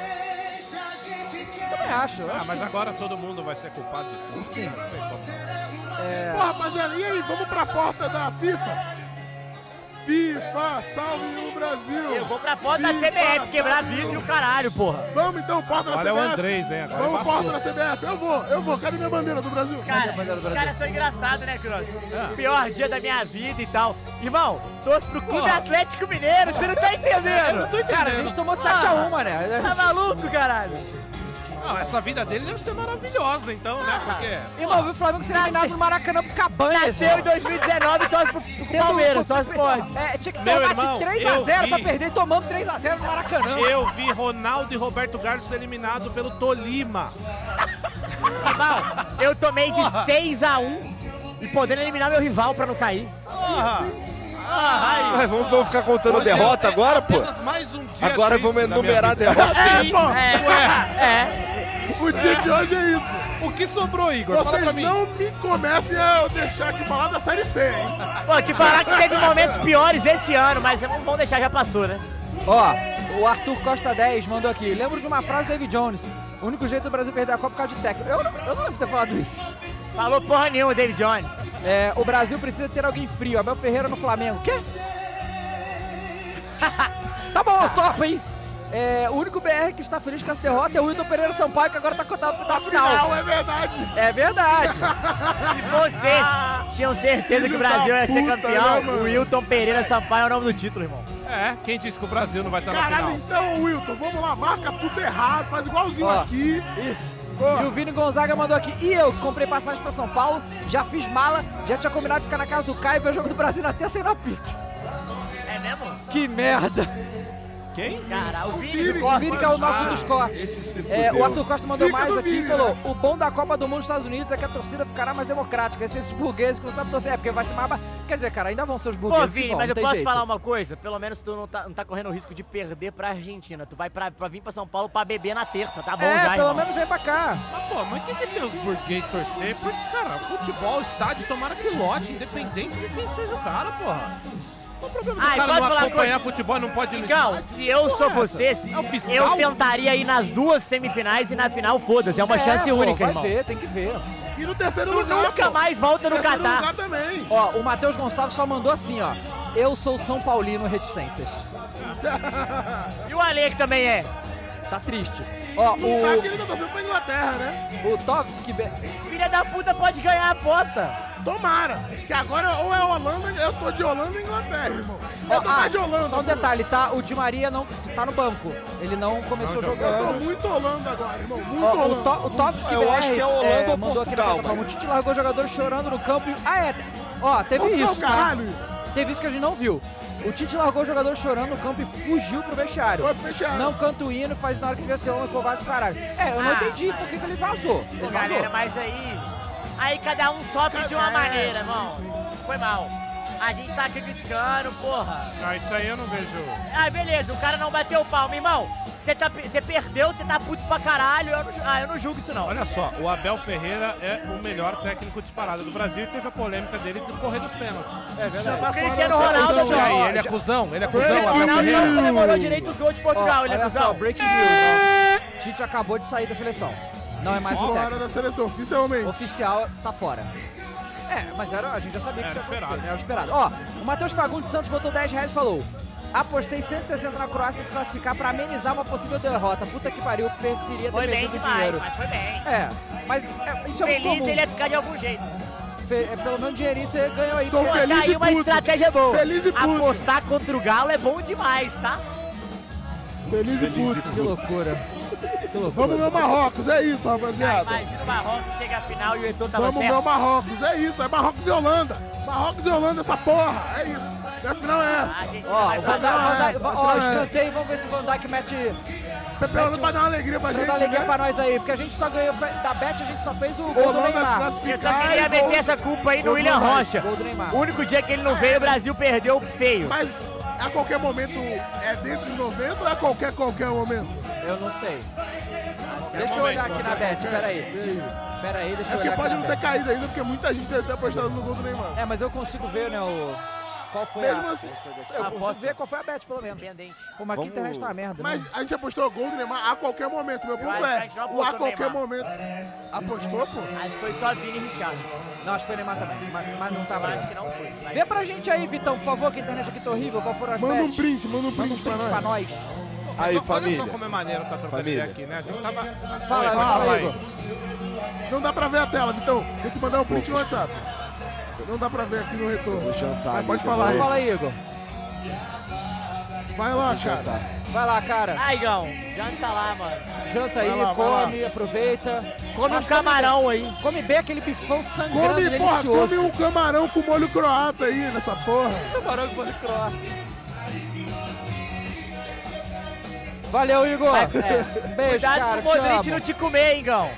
Também acho. Eu Ah, acho mas agora todo mundo vai ser culpado de tudo. Sim. Pô, rapaziada, e aí, vamos pra porta da FIFA? FIFA, salve o Brasil! Eu vou pra porta da FIFA, CBF quebrar salve vidro o- e o caralho, porra. Vamos então, porta da Agora é CBF. o Andrés, hein? Agora Vamos, passou. porta da CBF. Eu vou. Cadê minha bandeira do Brasil? Cara, os caras são engraçados, né, Cross? Pior dia da minha vida e tal. Irmão, torço pro Clube Atlético Mineiro, você não tá entendendo? Cara, a gente tomou 7-1, mané. Tá maluco, caralho? Não, essa vida dele deve ser maravilhosa, então, né? Porque... Irmão, viu o Flamengo ser eliminado no Maracanã pro Cabanhas. Nasceu em 2019 e torce pro Palmeiras, só se pode. É, tinha que Meu tomar irmão, de 3-0 eu pra vi. perder, tomando 3-0 no Maracanã. Eu vi Ronaldo e Roberto Carlos ser eliminados pelo Tolima. Irmão, eu tomei de 6-1 e podendo eliminar meu rival pra não cair. Porra! Ué, vamos ficar contando derrota agora, pô? Apenas mais um dia Agora triste vamos da minha enumerar a vida. derrota. Sim, É. O dia de hoje é isso. O que sobrou, Igor? Fala pra Vocês mim. não me comecem a eu deixar de falar da Série C, hein? Pô, te falar que teve momentos piores esse ano, mas não vamos deixar, já passou, né? Ó, o Arthur Costa 10 mandou aqui. Lembro de uma frase do David Jones. O único jeito do Brasil perder a Copa é por causa de técnico. Eu não lembro de ter falado isso. Falou porra nenhuma, David Jones. É, o Brasil precisa ter alguém frio. Abel Ferreira no Flamengo. Quê? Tá bom, top, hein? É, o único BR que está feliz com essa derrota é o Wilton Pereira Sampaio, que agora tá cotado pra final. Não, é verdade. É verdade. Se vocês tinham certeza que o Brasil ia ser puta, campeão, né, mano? o Wilton Pereira Sampaio é o nome do título, irmão. É, quem disse que o Brasil não vai estar na Caralho, final? então, Wilton, vamos lá, marca tudo errado, faz igualzinho Ó, aqui. Isso. Ó, E o Vini Gonzaga mandou aqui. E eu, que comprei passagem pra São Paulo, já fiz mala, já tinha combinado de ficar na casa do Caio e ver o jogo do Brasil na terça e na pita. É mesmo? Que merda. Quem? Cara, o Vini Vini, do O Vini que é o nosso dos cortes. Esse se É, fudeu. o Arthur Costa mandou Zica mais do aqui e Vini, falou: né? o bom da Copa do Mundo dos Estados Unidos é que a torcida ficará mais democrática. Esses burgueses que não sabem torcer, porque vai ser mais. Quer dizer, cara, ainda vão ser os Pô, burgueses. que Vini, vão, mas não eu tem posso jeito. falar uma coisa? Pelo menos tu não tá correndo o risco de perder pra Argentina. Tu vai pra vir pra São Paulo pra beber na terça, tá bom É, já, pelo irmão. menos vem pra cá. Mas, pô, mas tem que ter os burguês torcer, porque, cara, futebol, estádio, tomara que lote, independente de quem seja o cara, porra. Qual o problema do Ah, e cara posso não falar uma acompanhar futebol e não pode ir no Então, estádio? se eu sou Porra, você, essa? É o fiscal? eu tentaria ir nas duas semifinais e na final, foda-se. É uma chance pô, única, vai irmão. ver, tem que ver. e no terceiro Tu lugar, nunca pô. mais volta no Terceiro Catar. lugar também. Ó, o Matheus Gonçalves só mandou assim, ó. Eu sou São Paulino reticências. E o Ale que também é. Tá triste. Ó, Tá que ele tá torcendo pra Inglaterra, né? o Tovski... Filha da puta pode ganhar a aposta. Tomara. Que agora ou é Holanda, eu tô de Holanda e Inglaterra, irmão. Eu tô mais de Holanda. Só um pô. detalhe, tá? O Di Maria não tá no banco. Ele não começou Eu tô jogando. muito Holanda agora, irmão. Muito Ó, Holanda. o Tovski Eu acho que é Holanda ou mandou aqui na Portugal, plataforma. O Tite largou jogadores chorando no campo. Ó, teve Portugal, isso, tá? caralho. Teve isso que a gente não viu. O Tite largou o jogador chorando no campo e fugiu pro vestiário. Foi fechado. Não canta o hino, faz na hora que quer ser homem, covarde do caralho. Eu não entendi por que ele vazou. Ele Pô, galera, vazou. mas aí cada um sofre de uma maneira, irmão. Foi mal. A gente tá aqui criticando, porra. Ah, isso aí eu não vejo. Ah, beleza, o cara não bateu o palmo, irmão. Você perdeu, você tá puto pra caralho. Eu não julgo isso não. Olha só, o Abel Ferreira é o melhor técnico disparado do Brasil e teve a polêmica dele de correr dos pênaltis. É verdade. O Cristiano Ronaldo E aí, ele é cuzão? Ele é cuzão, O Abel Ronaldo Ferreira? não comemorou direito os gols de Portugal, ele é olha só, cuzão. breaking news. Ó. Tite acabou de sair da seleção. Não é mais o Fora técnico. da seleção, oficialmente. Oficial tá fora. Mas a gente já sabia que Era isso ia acontecer, esperado. né? Era esperado. Ó, o Matheus Fagundes Santos botou R$10 e falou: apostei 160 na Croácia se classificar pra amenizar uma possível derrota. Puta que pariu, preferia ter Foi bem perdido demais, dinheiro. mas foi bem. Mas isso é muito Feliz comum. ele ia ficar de algum jeito. Pelo menos dinheirinho você ganhou aí. Estou Pô, feliz tá aí e uma puto. estratégia boa. Feliz e puto. Apostar contra o Galo é bom demais, tá? Feliz e puto. Que loucura. Que loucura. Vamos meu Marrocos, é isso, rapaziada. Imagina o Marrocos chega à final e o Eto'o tava Vamos certo. meu Marrocos, é isso. É Marrocos e Holanda. Marrocos e Holanda, essa porra. É isso. E a final é essa. Ó, escanteio, vamos ver se o Van Dijk mete... Pelo pra dar uma alegria pra gente, Pra dar alegria né? pra nós aí, porque a gente só ganhou da Bet, a gente só fez o gol do Holanda se Neymar. Eu só classificar. queria e meter gol- essa culpa aí no gol do William Neymar. Rocha. Gol do Neymar. O único dia que ele não veio, o Brasil perdeu feio. Mas a qualquer momento é dentro dos 90 ou é qualquer momento? Eu não sei. Deixa eu olhar aqui na Bet, peraí. Peraí, deixa É eu porque olhar pode aqui não na ter Bet. caído ainda, porque muita gente deve ter apostado no gol do Neymar. É, mas eu consigo ver, né, qual foi Mesmo a... assim. Eu consigo ver qual foi a Bet, pelo menos. Independente. Como aqui a internet tá uma merda, Mas né? a gente apostou gol do Neymar a qualquer momento. Meu ponto acho que a é, gente não o apostou a no qualquer Neymar. momento. Apostou, pô? Acho que foi só Vini e Richarlison. Não, acho que foi Neymar também, mas não Eu tava. acho que não foi. Mas Vê pra gente aí, Vitão, por favor, que a internet aqui tá horrível, qual foram as Manda um bets? print Manda um print pra nós. Aí, Olha família. só como é maneiro tá trocando Família. ideia aqui, né? A gente tava... Fala aí, Igor. Não dá pra ver a tela, Vitão. Tem que mandar um print no WhatsApp. Não dá pra ver aqui no retorno. Vou jantar Mas ali, pode que eu falar aí. Fala aí, Igor. Vai lá, cara. Jantar. Vai lá, cara. Ai, Gão, janta lá, mano. Janta aí, Vai lá, vai come, aproveita. Come um Mas camarão aí. Come bem aquele bifão sangrando, Come, porra, delicioso. come um camarão com molho croata aí nessa porra. Camarão com molho croata. Valeu, Igor. É. Beijo, Cuidado cara. pro Modric te não amo. te comer, hein, Gão.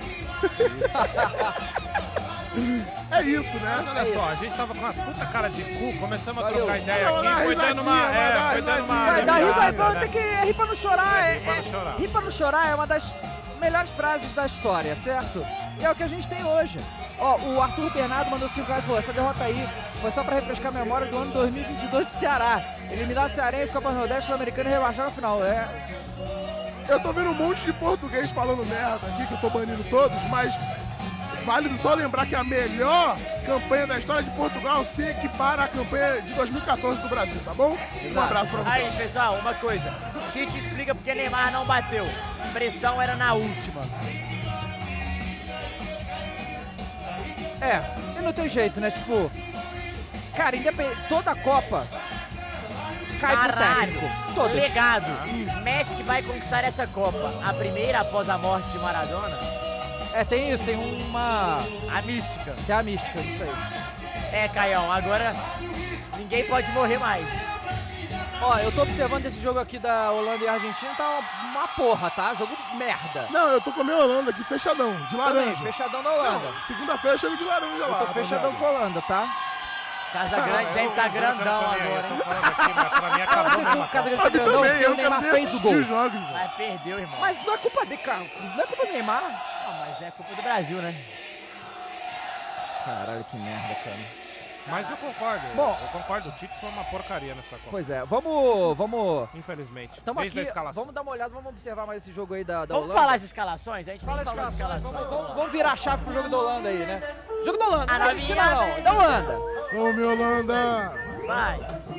É isso, Mas né? olha só, a gente tava com umas puta cara de cu, começamos a Valeu. trocar ideia Vai dar aqui, foi dando uma... risadinha, vai dar foi dando uma... Vai dar aliviada, risada, né? tem que rir pra não chorar. Rir pra não chorar. Rir pra não chorar é uma das melhores frases da história, certo? E é o que a gente tem hoje. Ó, o Arthur Bernardo mandou 5 reais e falou: essa derrota aí foi só pra refrescar a memória do ano 2022 do Ceará. Eliminar o Cearense, Copa do Nordeste, Sul-Americana e rebaixar na final. É. Eu tô vendo um monte de português falando merda aqui, que eu tô banindo todos, mas válido só lembrar que a melhor campanha da história de Portugal se equipara à campanha de 2014 do Brasil, tá bom? Um abraço pra vocês. Aí, pessoal, uma coisa. Tite explica porque Neymar não bateu. Pressão era na última. É, e não tem jeito, né? Tipo, cara, toda a Copa cai pro técnico. Todas. Legado. Messi que vai conquistar essa Copa. A primeira após a morte de Maradona. É, tem isso, tem uma. A mística. Tem a mística disso aí. É, Caião, agora ninguém pode morrer mais. Ó, eu tô observando esse jogo aqui da Holanda e Argentina, tá uma porra, tá? Jogo merda. Não, eu tô com a minha Holanda aqui fechadão, de Também, laranja. fechadão da Holanda. Não, segunda-feira chego de laranja lá. Eu tô fechadão com a Holanda, tá? Casa Grande deve tá grandão agora, hein? Tô falando aqui, mas pra mim acabou Não sei se mesmo. o Casa Grande tá Eu grandão, também, porque eu o Neymar quero fez o assistir gol. os jogos, mano. Mas perdeu, irmão. Mas não é culpa dele, cara. Não é culpa do Neymar. Não, mas é culpa do Brasil, né? Caralho, que merda, cara. Mas eu concordo. Bom. Eu concordo, o Tite foi uma porcaria nessa Copa. Pois é, vamos... Infelizmente. Tamo Desde a aqui, escalação. vamos dar uma olhada, vamos observar mais esse jogo aí da Vamos Holanda. falar as escalações? A gente Fala não falou as escalações. Vamos virar a chave pro jogo da Holanda aí, né? Jogo da Holanda, A não é Argentina não, da Holanda. Vamos, minha Holanda. Vai.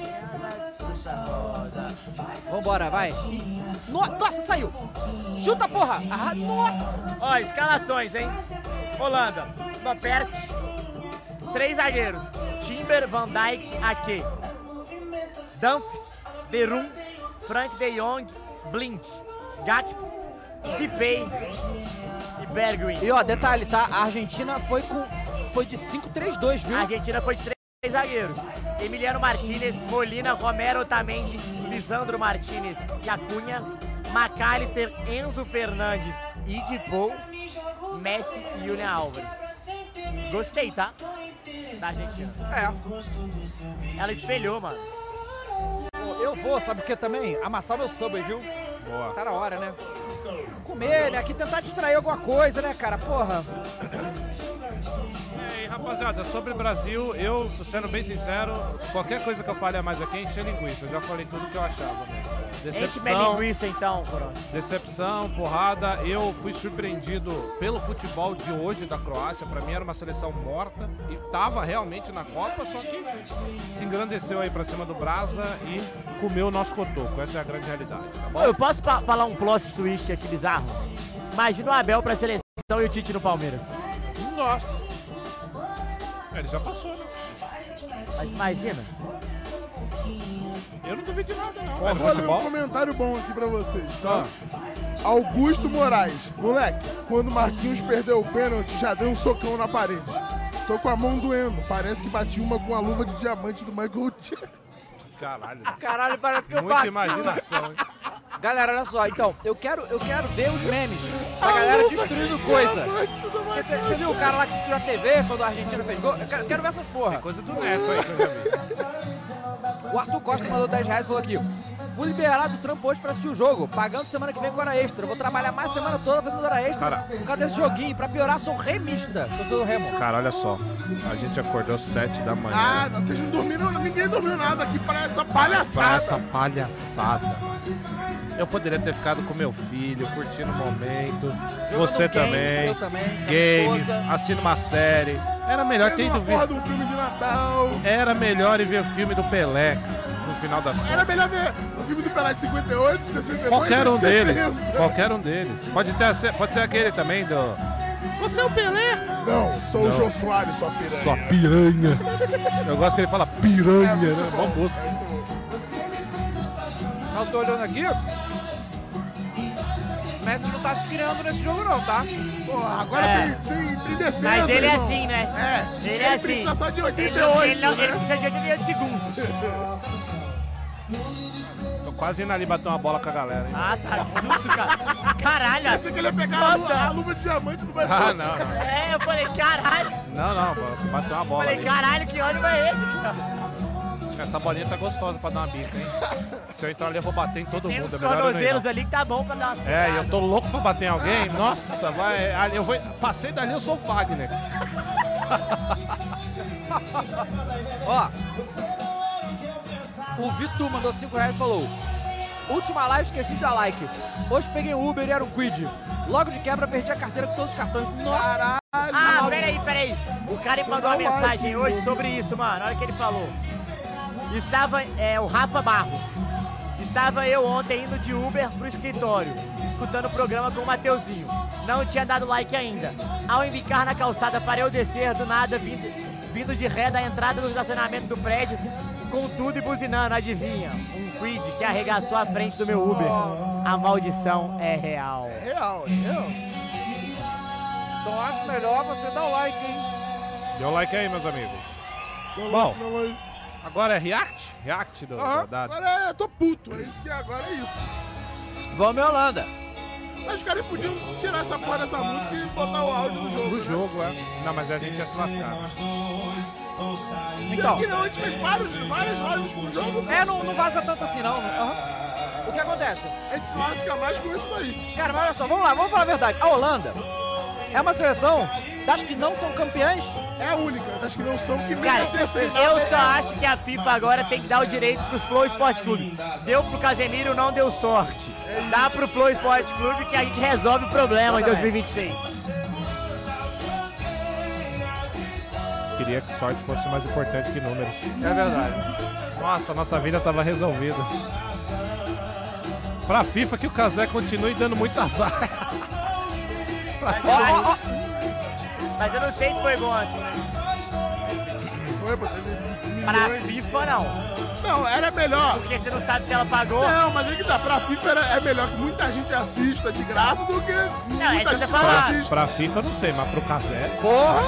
Vambora, vai. Nossa, saiu. Chuta, porra. Ah, nossa. Ó, escalações, hein? Holanda, Noppert, 3 zagueiros. Timber, Van Dijk, Ake. Dumfries, Verum, Frank de Jong, Blind, Gakpo, Depay e Bergwijn. E ó, detalhe, tá? A Argentina foi de 5-3-2, viu? A Argentina foi de 3 zagueiros. Emiliano Martínez, Molina, Romero, Otamendi, Lisandro Martínez e Acunha, McAllister, Enzo Fernandes e Depou, Messi e Julian Álvares. Gostei, tá? Da Argentina. É. Ela espelhou, mano. Eu vou, sabe o que também? Amassar meu Subway, viu? Boa. Tá na hora, né? Comer, né? Aqui tentar distrair alguma coisa, né, cara? Porra. E aí, rapaziada, sobre o Brasil, eu, tô sendo bem sincero, qualquer coisa que eu fale a mais aqui é encher linguiça. Eu já falei tudo que eu achava, né? Enche minha linguiça então, Coronel. Decepção, porrada. Eu fui surpreendido pelo futebol de hoje da Croácia. Pra mim era uma seleção morta e tava realmente na Copa, só que se engrandeceu aí pra cima do Brasa e comeu o nosso cotoco. Essa é a grande realidade, tá bom? Ô, eu posso falar um plot twist aqui bizarro? Imagina o Abel pra seleção e o Tite no Palmeiras. Nossa. Ele já passou, né? Mas imagina. Eu não duvido de nada, não. Vou ler um comentário bom aqui pra vocês, tá? Augusto Moraes. Moleque, quando o Marquinhos perdeu o pênalti, já deu um socão na parede. Tô com a mão doendo. Parece que bati uma com a luva de diamante do Michael Jackson. Caralho, parece que eu Muita bati. imaginação, hein? Galera, olha só, então, eu quero ver os memes da galera destruindo coisa. Você viu o cara lá que destruiu a TV quando a Argentina fez gol? Eu quero ver essas porra. Coisa do Neto aí que eu já vi. O Arthur Costa mandou 10 reais e falou aqui: fui liberado do trampo hoje pra assistir o jogo, pagando semana que vem com hora extra. Eu vou trabalhar mais a semana toda fazendo hora extra por causa desse joguinho. Pra piorar, sou remista. Eu sou do Remo. Cara, olha só. A gente acordou 7 da manhã. Ah, vocês não dormiram, ninguém dormiu nada aqui para essa palhaçada. Para essa palhaçada. Eu poderia ter ficado com meu filho, curtindo o momento. Você também. Eu também. Games, assistindo uma série. Era melhor ter ido ver. Um filme de Natal. Era melhor ir ver o filme do Pelé, no final das contas. Era melhor ver o filme do Pelé de 58, 62. Qualquer um 70. deles. Qualquer um deles. Pode ser aquele também do. Você é o Pelé? Não, sou o Jô Soares, sua piranha. Sua piranha. Eu gosto que ele fala piranha, né? Bom gosto. Eu tô olhando aqui. O Messi não tá se criando nesse jogo não, tá? Porra, agora tem defesa. Mas ele é irmão. assim, né? Ele é assim. Precisa só de 88. Ele precisa de 88 segundos. Tô quase indo ali bater uma bola com a galera, hein? Ah, tá. Que susto, cara. Caralho. Pensei que ele ia pegar a luva de diamante do Michael Ah, não. É, eu falei, caralho. Não, bater uma bola Falei, ali. caralho, que ônibus é esse, cara? Essa bolinha tá gostosa pra dar uma bica, hein? Se eu entrar ali, eu vou bater em todo Tem mundo. uns É melhor eu não ir, tornozelos não. ali que tá bom pra dar umas É, e eu tô louco pra bater em alguém. Nossa, vai. Ali eu vou. Passei dali, eu sou o Fagner. Ó, o Vitor mandou 5 reais e falou: última live, esqueci de dar like. Hoje peguei um Uber e era um Quid. Logo de quebra, perdi a carteira com todos os cartões. Nossa! Ah, peraí. O cara me mandou uma mensagem hoje sobre isso, mano. Olha o que ele falou. Estava, o Rafa Barros. Estava eu ontem indo de Uber pro escritório, escutando o programa com o Mateuzinho. Não tinha dado like ainda. Ao embicar na calçada para eu descer, do nada, vindo de ré da entrada do estacionamento do prédio, com tudo e buzinando, adivinha? Um Quid que arregaçou a frente do meu Uber. A maldição é real. Real. Então acho melhor você dar o like, hein? Dê o like aí, meus amigos. Bom, agora é React? React do da... Agora eu tô puto, agora é isso. Vamos em Holanda. Mas os caras podiam tirar essa porra dessa música e botar o áudio do jogo. Do jogo, é. Não, mas a gente ia se lascar. Então. Aqui não, a gente fez várias lives com o jogo. Não vaza tanto assim, não. O que acontece? A gente se lasca mais com isso daí. Cara, mas olha só, vamos lá, vamos falar a verdade. A Holanda é uma seleção das que não são campeãs. É a única, das que não são, que Cara, merecem ser. eu só acho que a FIFA agora tem que dar o direito pros Flow Esporte Clube. Deu pro Casemiro, não deu sorte. Dá pro Flow Esporte Clube que a gente resolve o problema em 2026. Queria que sorte fosse mais importante que números. É verdade. Nossa, nossa vida tava resolvida. Pra FIFA que o Casé continue dando muito azar. Mas eu não sei se foi bom assim, né? Pra FIFA, não. Não, era melhor. Porque você não sabe se ela pagou. Não, mas é que tá, pra FIFA é melhor que muita gente assista de graça do que muita isso eu gente tô falando. assiste. Pra FIFA eu não sei, mas pro Casé. Porra!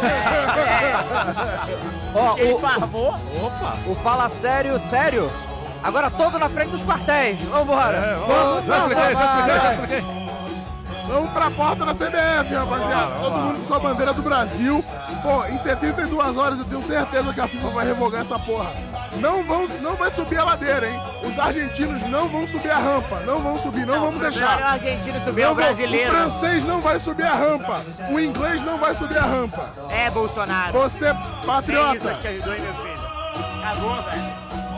Ó, Ele farmou. Opa! o Fala Sério, agora todo na frente dos quartéis. Vambora! Vamos, Já expliquei. Vamos pra porta da CBF, rapaziada. Todo mundo com sua bandeira do Brasil. Pô, em 72 horas eu tenho certeza que a FIFA vai revogar essa porra. Não vai subir a ladeira, hein? Os argentinos não vão subir a rampa. Não vão subir, não vamos Melhor deixar. o argentino subir, o brasileiro. O francês não vai subir a rampa. O inglês não vai subir a rampa. É, Bolsonaro. Você, Nem isso patriota. te ajudou, hein, meu filho? Acabou, velho.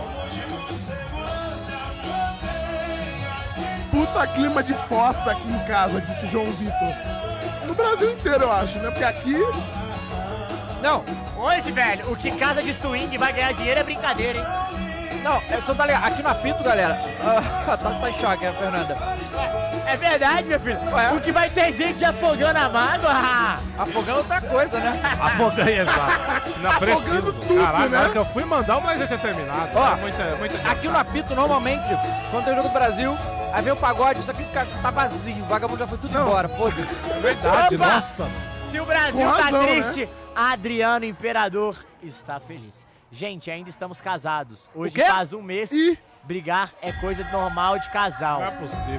Puta clima de fossa aqui em casa, disse João Vitor. No Brasil inteiro, eu acho, né? Porque aqui... Não, Hoje, velho, o que casa de swing vai ganhar dinheiro é brincadeira, hein? Não, só tá ligado. Aqui no apito, galera. Tá em choque, a Fernanda. É verdade, meu filho. O que vai ter gente afogando a mágoa? Afogando outra coisa, né? Afogando, exato. Não Afogando preciso. tudo, Caralho, né? na hora que eu fui mandar, o Brasil já tinha terminado. Ó, muita aqui no apito, normalmente, quando tem o jogo do Brasil, aí vem o pagode, isso aqui tá vazio. O vagabundo já foi tudo embora, foda-se. verdade, Opa! nossa. Se o Brasil Com tá razão, triste, Adriano Imperador está feliz. Gente, ainda estamos casados. Hoje O quê? faz um mês. Ih. Brigar é coisa normal de casal. Não é possível.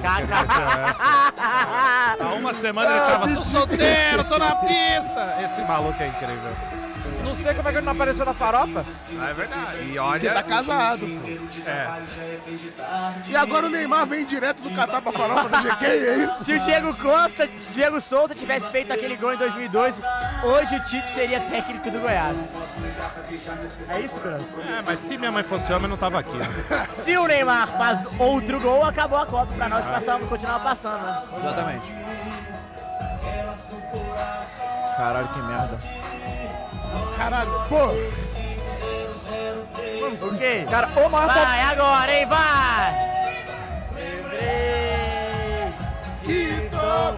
Caca. Há uma semana ele tava, tô solteiro, tô na pista. Esse maluco é incrível. Não sei como é que ele não apareceu na farofa. É verdade. E Porque olha... tá casado, pô. É. E agora o Neymar vem direto do Catar pra farofa do GQ, é isso? Se o Diego Souza tivesse feito aquele gol em 2012, hoje o Tite seria técnico do Goiás. É isso, Bruno? É, mas se minha mãe fosse homem, eu não tava aqui. Né? Se o Neymar faz outro gol, acabou a Copa pra nós continuar passando, né? Exatamente. Caralho, que merda. Caralho, pô. O quê? Cara, o maior Vai agora, hein? Vai! Lembrei que tô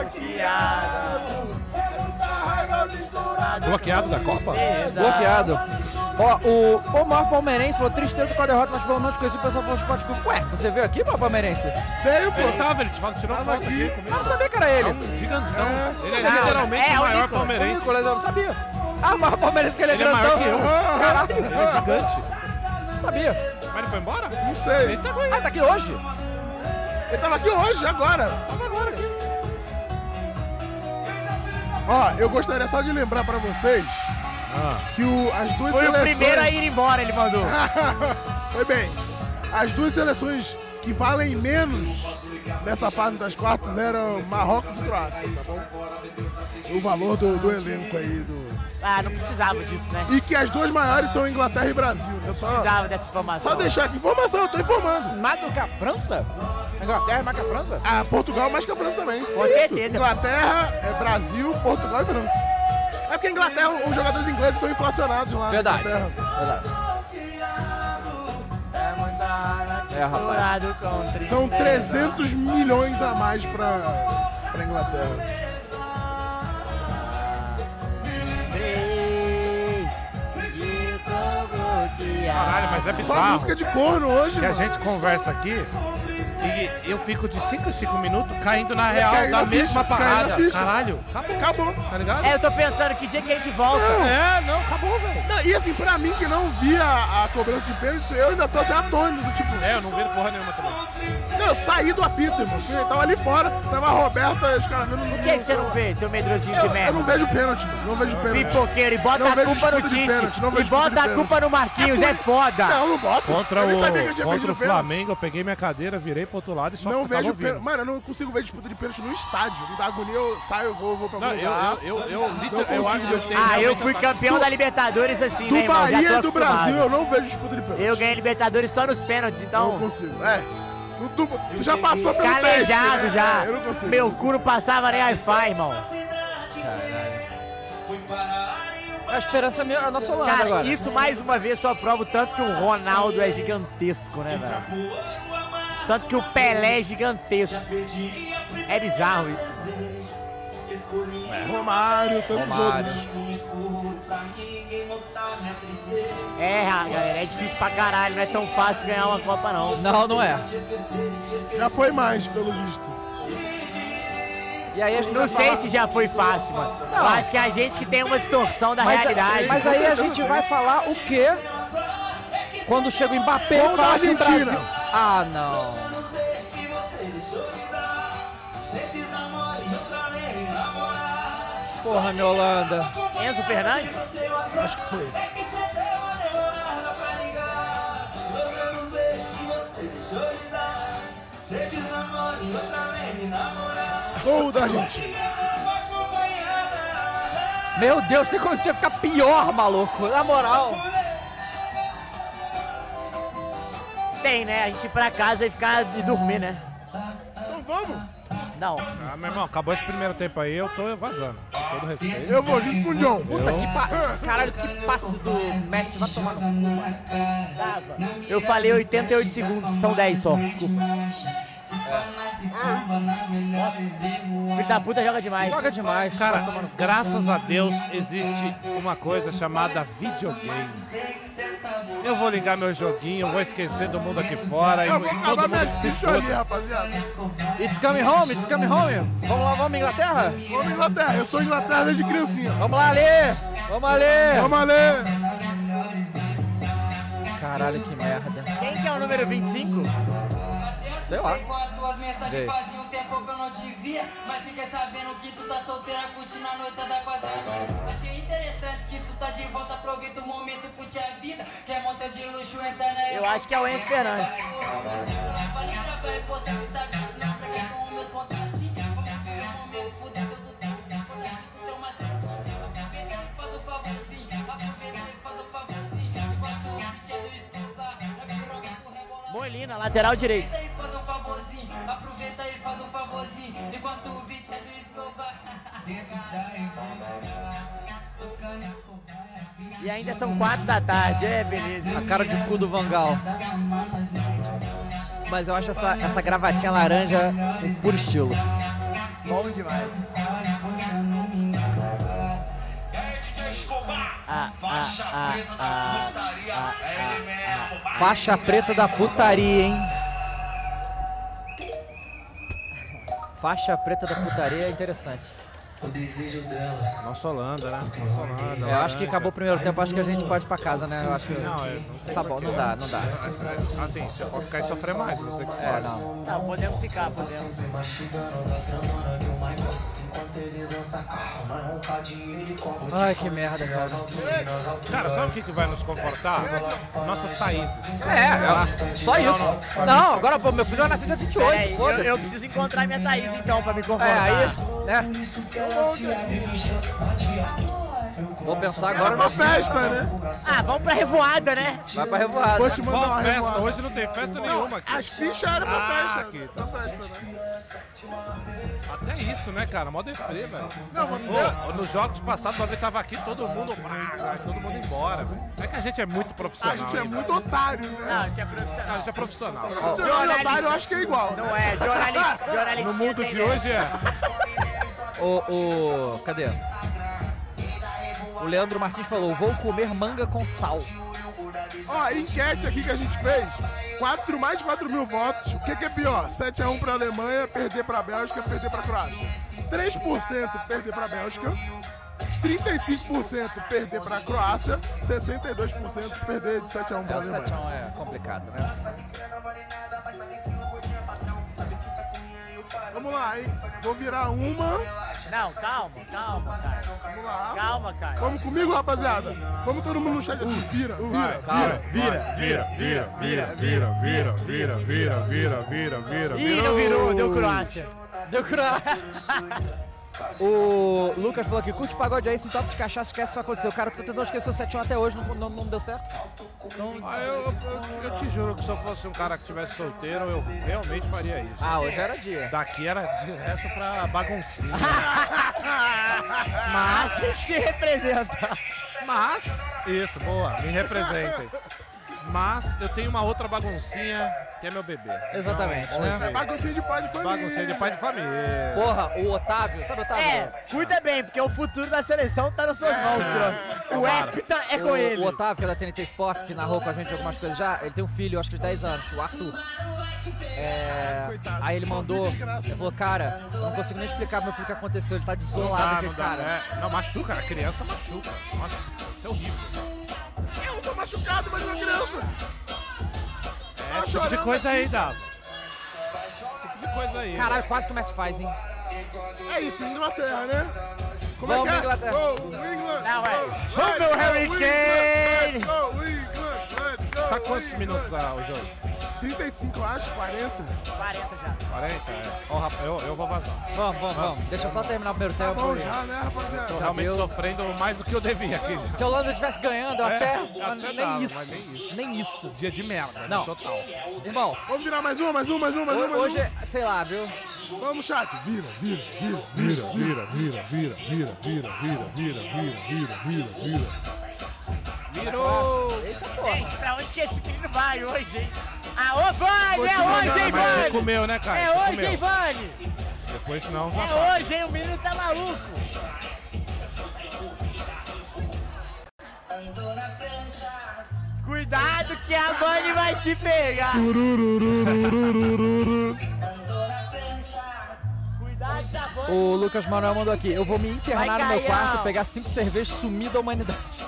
bloqueado. Bloqueado da Copa? bloqueado. Ó, o maior palmeirense falou tristeza com a derrota, mas pelo menos conheci o pessoal falou esporte clube. Ué, você veio aqui, maior palmeirense? Veio, pô. Ele tava, ele tirou foto aqui Eu comigo. não sabia que era ele. É um gigantão. Ele é Não, literalmente é o o maior Nicolas. palmeirense. Nicolas, eu não sabia. Ah, o maior palmeirense que ele é Ele é grandão. maior que eu. Caralho, Ele é gigante. não sabia. Mas ele foi embora? Não sei. Ele tá Ah, tá aqui hoje? Ele tava aqui hoje, agora. Tava agora aqui. Ó, eu gostaria só de lembrar pra vocês que as duas Foi o seleções... primeiro a ir embora, ele mandou. Foi bem. As duas seleções que valem menos nessa fase das quartas eram Marrocos e Croácia, tá bom? O valor do elenco aí do... Ah, não precisava disso, né? E que as duas maiores são Inglaterra e Brasil. Eu só Precisava dessa informação. deixar aqui informação, eu tô informando. Mais do que a França? Inglaterra é mais que a França? Ah, Portugal mais que a França também. Com certeza. Inglaterra, Brasil, Portugal e França. É porque a Inglaterra, os jogadores ingleses são inflacionados lá Verdade. na Inglaterra. Verdade. É, rapaz. Misturado com tristeza. São 300 milhões a mais pra Inglaterra. Caralho, mas é Só bizarro. música de corno hoje, Que a mano. gente conversa aqui e eu fico de 5 em 5 minutos caindo na real Caindo da na mesma ficha, caindo na parada. ficha. Caralho, acabou, tá ligado? É, eu tô pensando que dia que a gente volta. Não, acabou, velho. Não, e assim, pra mim que não via a cobrança de pênalti, eu ainda tô assim, atônito, do tipo... É, eu não vi porra nenhuma também. Não, eu saí do apito, irmão. Eu tava ali fora, tava a Roberta, os caras vendo no... Por que você não vê, seu medrosinho de Eu merda? não vejo pênalti, mano. Não vejo pênalti. Pipoqueiro, e bota Não a vejo culpa no disputa de Tite. pênalti, não E vejo disputa bota de a culpa no Marquinhos, é foda. Não, não boto. Contra eu nem o, sabia que eu tinha contra perdido o pênalti. Flamengo, eu peguei minha cadeira, virei pro outro lado e só Não ficava vejo ouvindo. pênalti. Mano, eu não consigo ver disputa de pênalti no estádio. Me dá agonia, eu saio, vou pra algum Não, lugar. eu consigo acho que eu ver. tenho Ah, eu realmente fui essa- campeão da Libertadores assim, né, Do irmão? Já Bahia tô e do acostumado. Brasil, eu não vejo disputa de pênalti. Eu ganhei Libertadores só nos pênaltis, Eu então... não consigo. É. Tu já passou pelo teste, Calejado né? já. Eu não consigo. Meu cu não passava nem Wi-Fi, irmão. A esperança é a nossa Holanda Cara, agora. isso mais uma vez só prova o tanto que o Ronaldo é gigantesco, né, velho? Tanto que o Pelé é gigantesco. É bizarro isso. Romário, tantos outros. É, galera, é difícil pra caralho. Não é tão fácil ganhar uma Copa, não. Não, não é. Já foi mais, pelo visto. E aí a gente Não vai sei falar- se já foi fácil, mano. Não. Eu acho que é a gente que tem uma distorção da realidade. Mas aí a gente vai falar o quê? Quando chega o Mbappé Gol da fala que o Argentina. Brasil... Ah, não. Porra, minha Holanda. Enzo Fernandes? Acho que foi. Gol da Argentina. Meu Deus, tem como isso ia ficar pior, maluco. Na moral. Tem, né? A gente ir pra casa e ficar e dormir, né? Então vamos. Não. Ah, meu irmão, acabou esse primeiro tempo aí, eu tô vazando. Com todo respeito. Eu vou junto com o John. Puta que caralho, que passe do Messi, vai tomar no cu. Eu falei 88 segundos, são 10 só, desculpa. Filho da puta joga demais. Joga demais. Cara, graças a Deus existe uma coisa chamada videogame. Eu vou ligar meu joguinho, vou esquecer do mundo aqui fora Eu vou e todo acabar minha mundo se ficha ali, foda. rapaziada. It's coming home, it's coming home. Vamos lá, vamos Inglaterra? Vamos Inglaterra. Eu sou Inglaterra desde criancinha. Vamos lá, Alê. Vamos, Alê. Vamos ler. Caralho, que merda. Quem que é o número 25? Sei lá. Com as suas mensagens Vê. fazia um tempo que eu não te via, mas fiquei sabendo que tu tá solteira curtindo a noitada com as amigas. Achei interessante que tu tá de volta, aproveita o momento, curte a vida. Quer monta de luxo, entra na. Eu acho que é o Enzo Fernandes. Falei pra vai postar no Instagram, se não pegar com os meus contatinhos. Vamos ver o momento, fudeu todo o tempo, se contar que tu tem uma setinha. Aproveita e faz o favorzinho, aproveita e faz o favorzinho. Enquanto o beat é do Escobar, na piroga do rebolado. Molina, lateral direito. Aproveita e faz um favorzinho, aproveita e faz um favorzinho, enquanto o beat é do Escobar. E ainda são 4 da tarde, é beleza. A cara de cu do Vangal. Mas eu acho essa gravatinha laranja um puro estilo. Bom demais. Faixa preta da putaria, hein? Faixa preta da putaria é interessante. O desejo delas. Nossa Holanda, né? Nossa Holanda. Eu acho que acabou o primeiro tempo, acho que a gente pode ir pra casa, né? Eu acho que... Não, não tem Tá bom, não dá. Assim, você pode ficar e sofrer mais, você que escolhe. Não. Não, podemos ficar, podemos. Ai, que merda, cara. Cara, sabe o que vai nos confortar? Nossas Thaíses. Só isso. Não, agora, pô, meu filho vai nascer dia 28, Peraí, foda-se. eu preciso encontrar minha Thaís então pra me É, confortar. aí, né? Vou pensar agora Uma no... festa, né? Ah, vamos pra revoada, né? Vai pra revoada. Vou te mandar Qual uma festa? revoada. Hoje não tem festa nenhuma aqui. As fichas eram pra festa. aqui, tá. Pra festa, né? Até isso, né, cara? Mó deprê, velho. Não, mano. Pô, nos jogos passados, uma vez tava aqui, todo mundo embora, velho. É que a gente é muito profissional. A gente é ainda. muito otário, né? Não, tinha A profissional. gente é profissional. Profissional e otário eu acho que é igual. Não é, jornalista. No mundo de hoje é. Cadê? O Leandro Martins falou, vou comer manga com sal. Ó, enquete aqui que a gente fez, mais de 4 mil votos. O que é pior? 7-1 pra Alemanha, perder pra Bélgica, perder pra Croácia. 3% perder pra Bélgica, 35% perder pra Croácia, 62% perder de 7-1 pra O Alemanha. 7-1 é complicado, né? Vamos lá, hein? Vou virar uma. Não, calma, cara. Vamos lá. Calma, cara. Vamos comigo, rapaziada? Vamos todo mundo no chat assim. Vira. Ih, não virou, deu Croácia. Deu Croácia. O Lucas falou aqui, curte pagode aí, sem top de cachaça, esquece o que aconteceu. O cara tentou esquecer o 7-1 até hoje, não deu certo. Eu te juro que se eu fosse um cara que estivesse solteiro, eu realmente faria isso. Ah, hoje era dia. Daqui era direto pra baguncinha. Mas te representa. Mas, isso, boa, me representem. Mas eu tenho uma outra baguncinha que é meu bebê. Exatamente, Então, né? hoje, Baguncinha de pai de família. baguncinha de pai de família. Porra, o Otávio, sabe o Otávio? É, cuida bem, porque o futuro da seleção tá nas suas mãos, Grosso. O hepta é com ele. O Otávio, que é da TNT Sports, que narrou com a gente algumas coisas já, ele tem um filho, acho que de 10 anos, o Arthur. Coitado, Aí ele só mandou, vi desgraça. ele falou, cara, eu não consigo nem explicar pro meu filho o que aconteceu, ele tá desolado, Não dá, cara. não, machuca, a criança machuca. Nossa, isso é horrível. Eu tô machucado, mas uma criança. É esse tipo de coisa aí, Dava. Esse tipo de coisa aí. Caralho, quase que o Messi faz, hein? É isso, Inglaterra, né? Como Vamos, é que é? Inglaterra. Go, England! Não, é. Go, Vamos, meu Harry Kane! Let's go, England! Let's go, Tá quantos England! minutos o jogo? 35, eu acho, 40. 40 já. 40? É. Ó, rapaz, eu vou vazar. Vamos. Deixa eu só terminar o primeiro Tá tempo. bom já, né, rapaziada? Tô realmente eu- sofrendo mais do que eu devia aqui, gente. Se a Holanda estivesse ganhando, eu até... mas até nem dava, isso. mas nem isso. Nem isso. Dia de merda, Não. total. Irmão, Vamos virar mais uma. hoje, sei lá, viu? Vamos, chat. Vira. Virou! Gente, pra onde que esse menino vai hoje, hein? Aô, Vani! É hoje, hein, Você Vani? comeu, né, Caio? É Você hoje, comeu. hein, Vani? Depois, senão, já sabe. É hoje, hein? O menino tá maluco. Cuidado que a Vani vai te pegar. Cuidado da Vani. O Lucas Manuel mandou aqui. Eu vou me internar Vai, no meu Caião. quarto, pegar 5 cervejas, sumir da humanidade.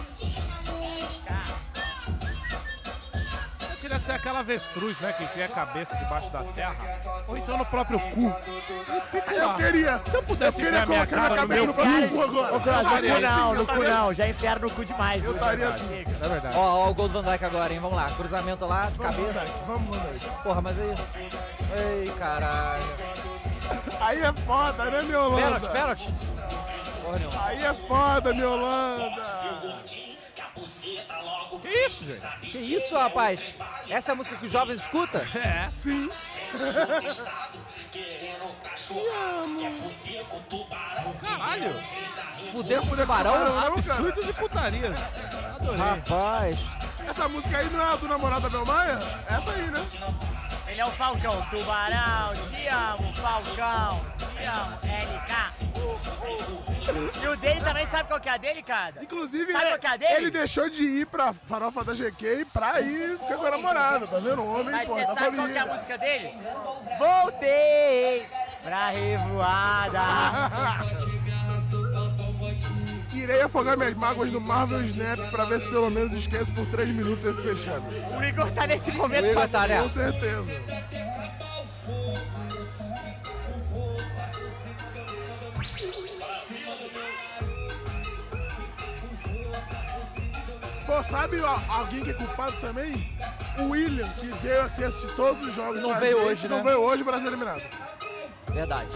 Eu queria ser aquela avestruz, né, que enfia a cabeça debaixo da terra, ou então no próprio cu. E fica lá. Eu queria. Se eu pudesse Eu enfiar queria minha colocar minha cara no cabeça meu no cu, cu agora. No cu não, no cu estaria não. Já enfiaram no cu demais. Eu hoje, estaria cara. assim. Chega. é verdade. Ó, o gol do Van Dijk agora, hein? Vamos lá. Cruzamento lá, de cabeça. Vamos, moleque. Porra, mas aí... Ei, caralho. Aí é foda, né, minha Holanda? Pênalti. Porra nenhuma. Aí é foda, minha Holanda. Que isso, gente? Que isso, rapaz? Essa é a música que os jovens escutam? É. Sim. Caralho. Fuder com o tubarão? Absurdos e putarias. Adorei. Rapaz. Essa música aí não é a do namorado da Belmaia? Essa aí, né? Ele é o Falcão. Tubarão, te amo, Falcão. Te amo, LK. E o dele também, sabe qual que é a dele, cara? Inclusive, Sabe qual que é a dele? ele deixou de ir pra farofa da GK pra ir ficar com a namorada, tá vendo? O homem, Mas pô, você da sabe qual que é a família. música dele? Voltei pra revoada. Irei afogar minhas mágoas no Marvel Snap pra ver se pelo menos esquece por 3 minutos esse fechado. O Igor tá nesse momento. O Igor tá Com nessa. certeza. Pô, sabe ó, alguém que é culpado também? O William, que veio aqui assistir todos os jogos. Não com a veio gente, hoje, Não né? veio hoje, o Brasil eliminado. Verdade.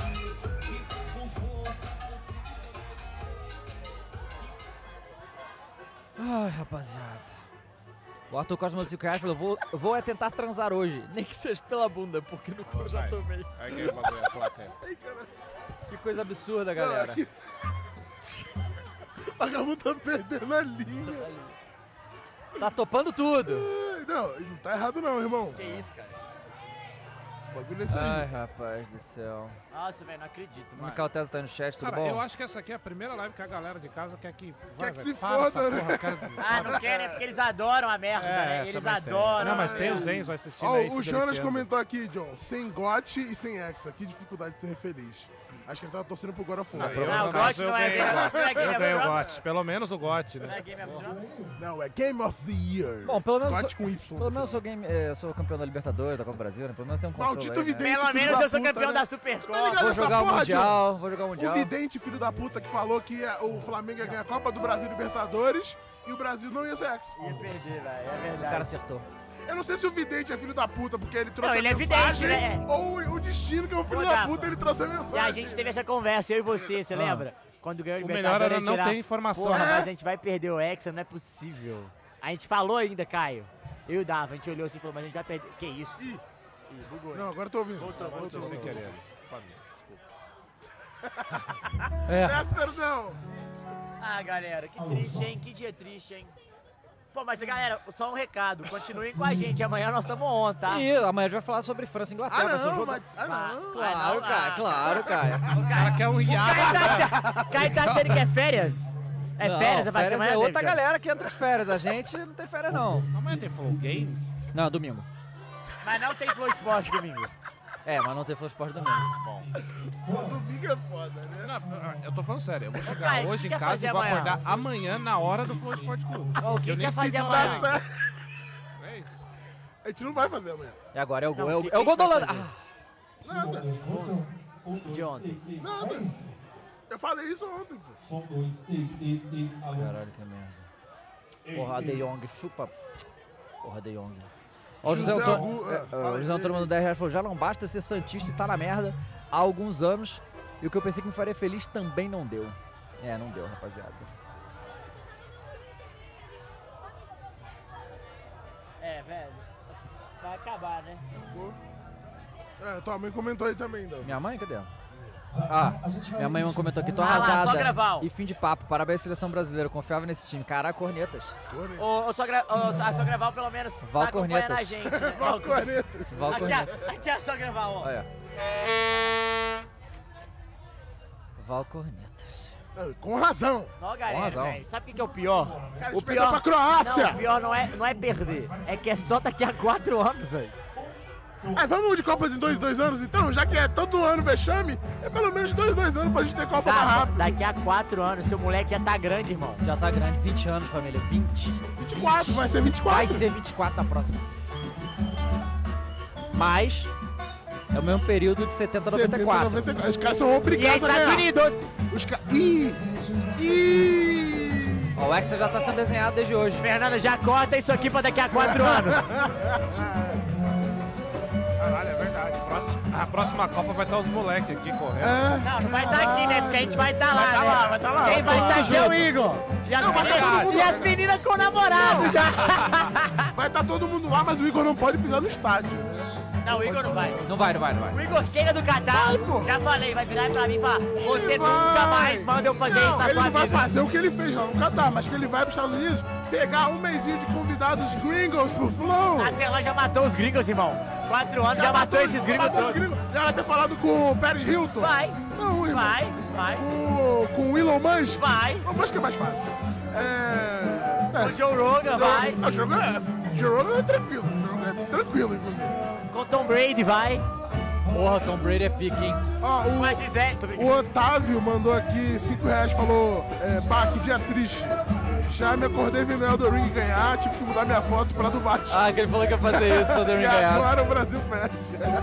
Ai, rapaziada. O Arthur Costa mandou 5 reais e falou, eu vou é tentar transar hoje. Nem que seja pela bunda, porque no cu eu já tomei. Aí que bagulho, a placa aí. Que coisa absurda, galera. O vagabundo tá perdendo a linha. Tá topando tudo. Ai, não tá errado não, irmão. Que isso, cara? O bagulho é esse Ai, aí. rapaz do céu. Nossa, velho, não acredito, O mano. Micael Tesa tá aí no chat, tudo Cara, bom? eu acho que essa aqui é a primeira live que a galera de casa quer que... Quer que velho, se para essa foda, né? porra, quero- Ah, não querem porque eles adoram a merda, né? Eles também tem. adoram. Não, mas tem os Enzo assistindo Ó, aí. o se Jonas deliciando. comentou aqui, John, sem GOT e sem Hexa. Que dificuldade de ser feliz. Acho que ele tava torcendo pro God of War. Eu- Não, o mas GOT eu não é ganhei- Game of- não é Game Eu of ganhei o Thrones? GOT, pelo menos o GOT, Não né? é Game of Thrones? Não, é Game of the Year. Bom, pelo menos, GOT com Y. pelo menos eu sou campeão da Libertadores, da Copa do Brasil, né? Pelo menos tem um console Maldito aí, né? vidente, Pelo filho menos da eu sou puta, campeão né? da Supercopa. Tá ligado Vou essa jogar o porra, Mundial, vou jogar o O Mundial. vidente, filho da puta, que falou que o Flamengo ia ganhar a Copa do Brasil e Libertadores e o Brasil não ia ser Hexa. Ia perder, velho, é O cara verdade. acertou. Eu não sei se o vidente é filho da puta porque ele trouxe Não, a ele é mensagem, vidente, né? ou o destino que é o filho Ô, da Dafa, puta ele trouxe a mensagem. E a gente teve essa conversa, eu e você, você lembra? Quando ganhou o O melhor Libertadores, era não tirar- ter informação. Porra, né? mas a gente vai perder o Hexa, não é possível. A gente falou ainda, Caio. Eu e o Dava, a gente olhou assim e falou, mas a gente vai perder. Que isso? Ih. Ih, bugou. Não, agora eu tô ouvindo. Voltou sem querer. É. Peço perdão. Ah, galera, que triste, hein? Que dia triste, hein? Pô, mas galera, só um recado. Continuem com a gente. Amanhã nós estamos on, tá? E amanhã a gente vai falar sobre França e Inglaterra. vai ser um jogo- não. Claro, cara, claro, cara. O cara quer um O hiato. Caio tá achando que é férias? É Não, férias a partir de férias amanhã? é outra David, cara? galera que entra de férias. A gente não tem férias, não. Amanhã tem Flow Games? Não, domingo. Mas não tem Flow Esporte domingo. É, mas não tem Flow Esporte domingo. Domingo é foda, né? Não, eu tô falando sério. Eu vou chegar Caio, o que hoje que em ia casa fazer e vou amanhã? acordar amanhã na hora do Flow Sport Clube. Ó, o que Eu a gente nem ia fazer sei amanhã? quando Tá é isso. A gente não vai fazer amanhã. E agora é o gol. Não, É o o, que é o gol que da a gente Holanda. vai Ah, Nada. De ontem. Nada. Eu falei isso ontem, pô. caralho, que merda. Porra, De Jong, chupa. Porra, De Jong. Ó, o José José Antônio, Augusto, fala o aí. José Antônio mandou 10 reais e falou, já não basta ser santista e tá na merda há alguns anos. E o que eu pensei que me faria feliz também não deu. É, não deu, rapaziada. É, velho. Vai acabar, né? Tua mãe comentou aí também, Dava. Minha mãe? Cadê ela? Ah, minha mãe comentou aqui, tô Ah lá, arrasada. Sogra Val. E fim de papo, parabéns seleção brasileira, eu confiava nesse time. Caraca, cornetas. A Sogra Val, pelo menos, Val tá acompanhando Cornetas. a gente, né? Val Cornetas. Val cornetas. Aqui é a Sogra Val, ó. Olha. Val cornetas. Com razão. Ó, galera, Com razão. velho, sabe o que é o pior? Cara, O eles perderam pra Croácia. Não, o pior não é perder, é que é só daqui a 4 anos, velho. Vamos de Copas em 2 anos então? Já que é todo ano vexame, é pelo menos 2 anos pra gente ter Copa mais rápido. Daqui a 4 anos, seu moleque já tá grande, irmão. Já tá grande, 20 anos, família, 20. 24, vai ser 24. Vai ser 24 na próxima. Mas é o mesmo período de 70 a 94. 94. Os caras são E é obrigados a Estados ganhar. Unidos. Os caras... Ó, o Hexa já tá sendo desenhado desde hoje. Fernando, já corta isso aqui pra daqui a 4 anos. Caralho, é verdade. A próxima Copa vai estar os moleques aqui correndo. Não vai estar aqui, né? Porque a gente vai estar lá, Vai tá lá. Quem vai estar aqui é o Igor. E as meninas com namorado já. Vai estar todo mundo lá, mas o Igor não pode pisar no estádio. Não, o Igor não vai. Não vai. O Igor chega do Catar, já falei, vai virar pra mim e falar, você nunca mais manda eu fazer isso na Ele sua não vai vida. fazer o que ele fez lá no Catar, mas que ele vai pros Estados Unidos pegar um mesinho de convidados gringos pro Flow. Até lá já matou os gringos, irmão. 4 anos já matou esses gringos todos. Já vai ter falado com o Paris Hilton. Vai. Não, irmão. Vai. Com o Elon Musk. Vai. O Musk é mais fácil. O Joe Rogan vai. O Joe Rogan é tranquilo. O Joe Rogan é tranquilo, inclusive. Com Tom Brady vai. Porra, Tom Brady é pique, hein? Ó, Mas Zé, o Otávio mandou aqui R$5, falou, que dia triste. Já me acordei vendo o Elden Ring ganhar, tive que mudar minha foto pra do baixo. Ah, que ele falou que ia fazer isso, todo mundo E ganhar. agora o Brasil perde.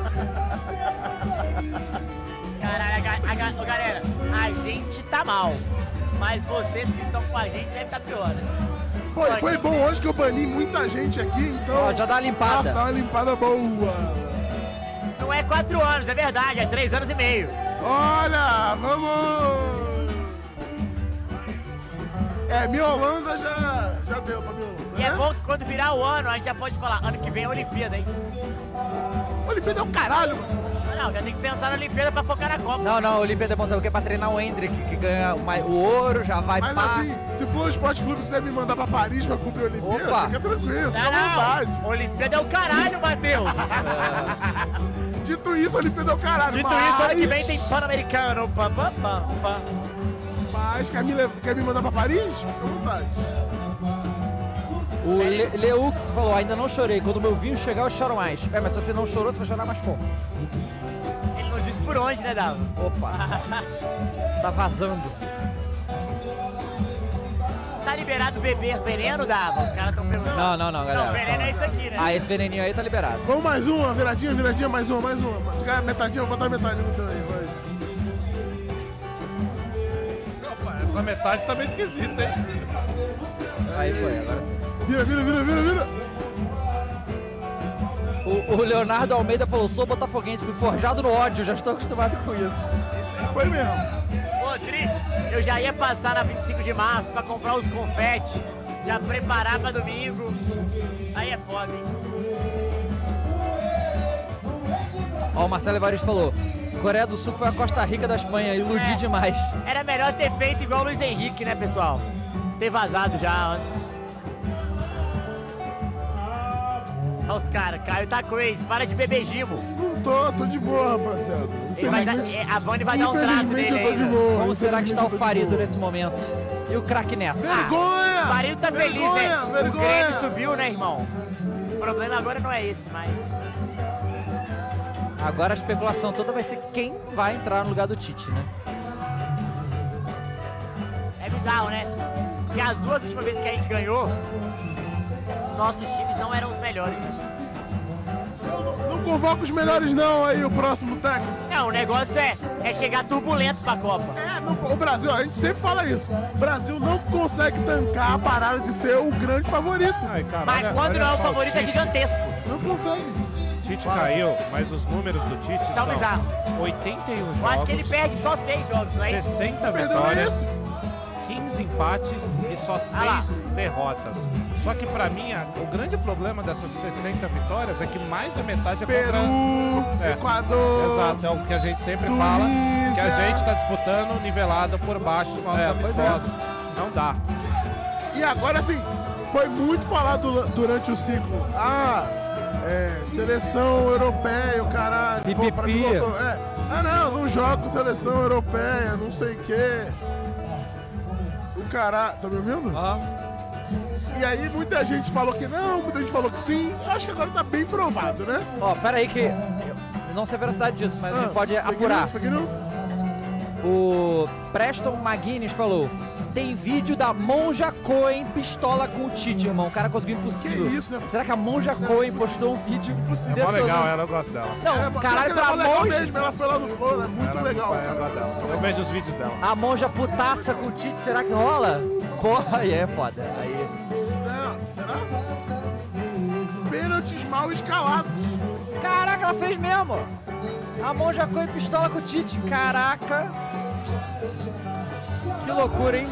Caralho, galera, a gente tá mal. Mas vocês que estão com a gente devem estar pior. Foi bom hoje que eu bani muita gente aqui, então... Ó, já dá uma limpada. Nossa, dá uma limpada boa. Não é 4 anos, é verdade, é 3 anos e meio. Olha, vamos... minha Holanda já deu pra minha Holanda, E é né? bom que quando virar o ano, a gente já pode falar, ano que vem é Olimpíada, hein? Olimpíada é o caralho, mano. Não, já tem que pensar na Olimpíada pra focar na Copa. Não, a Olimpíada é bom, sabe o que? Pra treinar o Hendrick, que ganha o ouro, já vai Mas pá. assim, se for o Esporte Clube quiser me mandar pra Paris pra cobrir a Olimpíada, Opa. fica tranquilo, fica à vontade. Não, Olimpíada é o caralho, Matheus. Dito isso, a Olimpíada é o caralho. Dito mas... isso, ano que vem tem Pan-Americano. Mas quer me mandar pra Paris? Fica à vontade. O Leux falou, ainda não chorei, quando meu vinho chegar eu choro mais. Mas se você não chorou, você vai chorar mais como? Ele não disse por onde, né, Dava? Opa, tá vazando. Tá liberado beber veneno, Dava? Os caras tão perguntando. Não, galera. Não, veneno é isso aqui, né? Ah, esse veneninho aí tá liberado. Vamos mais uma, viradinha, mais uma. Ficar metadinha, vou botar metade no teu aí, vai. Opa, essa metade tá meio esquisita, hein? Aí foi, agora sim. Vira. O Leonardo Almeida falou, sou botafoguense, fui forjado no ódio, já estou acostumado com isso. Foi mesmo. Pô, triste. Eu já ia passar na 25 de março pra comprar os confetes, já preparar pra domingo. Aí é foda, hein? Ó, o Marcelo Evaristo falou, Coreia do Sul foi a Costa Rica da Espanha, iludi demais. Era melhor ter feito igual o Luiz Henrique, né, pessoal? Ter vazado já antes. Olha os caras, Caio tá crazy, para de beber gimo. Não tô de boa, rapaziada. Ele vai dar, a Vani vai dar um trato Infelizmente nele eu tô de ainda. boa. Como será que está o Infelizmente eu tô de Farido boa. nesse momento? E o craque Neto? Vergonha! O Farido tá feliz, Vergonha, né? O vergonha. Grêmio subiu, né, irmão? O problema agora não é esse, mas... Agora a especulação toda vai ser quem vai entrar no lugar do Tite, né? É bizarro, né? Porque as 2 últimas vezes que a gente ganhou, nossos times não eram os melhores. Não convoca os melhores não aí, o próximo técnico. Não, o negócio é chegar turbulento pra Copa. O Brasil, a gente sempre fala isso. O Brasil não consegue tancar a parada de ser o grande favorito. Ai, caralho, Mas quando olha não é o só, favorito é Tite- gigantesco. Não consegue. Tite caiu, mas os números do Tite Tá são bizarro. 81 Eu jogos, acho que ele perde só 6 jogos, não é isso? 60 Perdeu vitórias, esse. 15 empates e só 6 derrotas. Só que pra mim, o grande problema dessas 60 vitórias é que mais da metade é contra... Peru. É, Equador. Exato, é o que a gente sempre fala, que a gente tá disputando nivelado por baixo dos nossos amistosos. Não dá. E agora, assim, foi muito falado durante o ciclo. Seleção europeia, o caralho. Pipipi. Pra mim, não joga com seleção europeia, não sei o quê. O caralho, tá me ouvindo? E aí muita gente falou que não, muita gente falou que sim. Acho que agora tá bem provado, né? Ó, pera aí que eu não sei a veracidade disso, mas a gente pode apurar. O Preston McGuinness falou: tem vídeo da Monja Coen pistola com o Tite, irmão. O cara conseguiu impossível. Que isso, né? Será que a Monja Coen postou um vídeo? É mó legal, ela, eu gosto dela. Não, caralho, pra legal Monja. mesmo, ela foi lá no Flow, é muito legal. Eu gosto dela. Eu vejo os vídeos dela. A Monja putaça com o Tite, será que rola? Porra, aí é foda. Aí. Será? Pênaltis mal escalados. Caraca, ela fez mesmo. A Monja Coen pistola com o Tite. Caraca. Que loucura, hein?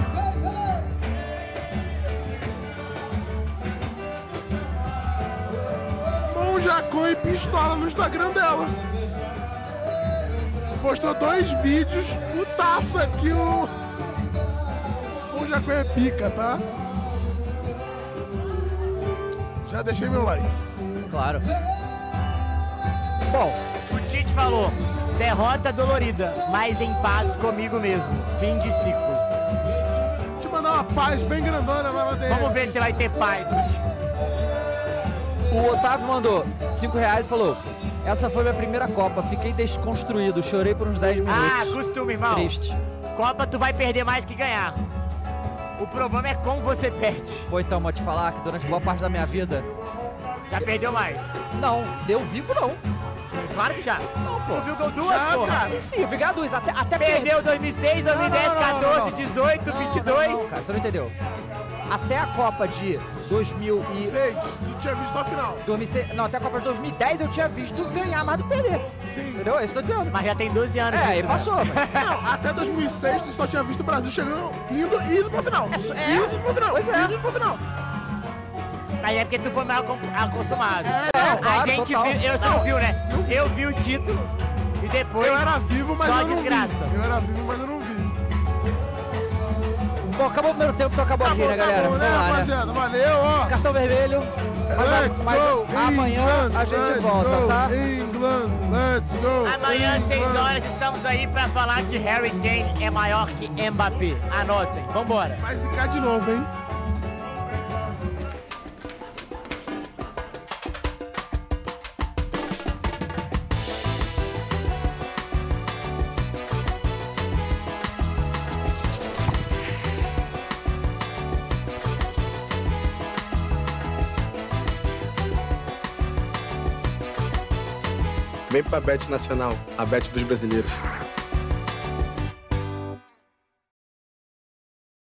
Monja Coen pistola no Instagram dela. Postou 2 vídeos, putaça que o Monja Coen é pica, tá? Já deixei meu like. Claro. Bom, O Tite falou: derrota dolorida, mas em paz comigo mesmo. Fim de ciclo. Deixa eu mandar uma paz bem grandona lá na DM. Vamos ver se vai ter paz. o Otávio mandou R$5 e falou: essa foi minha primeira Copa, fiquei desconstruído, chorei por uns 10 minutos. Ah, costume, irmão. Triste. Copa tu vai perder mais que ganhar. O problema é como você perde. Pô, então, vou te falar que durante boa parte da minha vida... Já perdeu mais? Não, deu vivo não. Claro que já. Não, pô. Tu viu gol duas, porra? Cara, sim, eu vi ganhar duas, até Perdeu 2006, 2010, 14, 18, 22. Não, cara, você não entendeu. Até a Copa de 2006, tu tinha visto a final. 2006, não, até a Copa de 2010 eu tinha visto ganhar mais do que perder. Sim. Entendeu? É isso que eu tô dizendo. Mas já tem 12 anos. É, aí isso, passou, né? mas... Não, até 2006 tu só tinha visto o Brasil chegando, indo pra final. Indo pra final. Pois é. Indo pra final. Aí é porque tu foi mal acostumado. claro, a gente total. viu, você não viu, né? Eu vi o título e depois Eu era vivo, mas só eu não desgraça. vi. Eu era vivo, mas eu não vi. Bom, acabou o primeiro tempo, então acabou aqui, né, galera? Acabou, né, Vamos lá, né? rapaziada? Valeu, ó. Cartão vermelho. Mas amanhã a gente volta, tá? England, let's go. Amanhã, 6 horas, estamos aí pra falar que Harry Kane é maior que Mbappé. Anotem, vambora. Vai zicar de novo, hein? Vem pra Bet Nacional, a Bet dos brasileiros.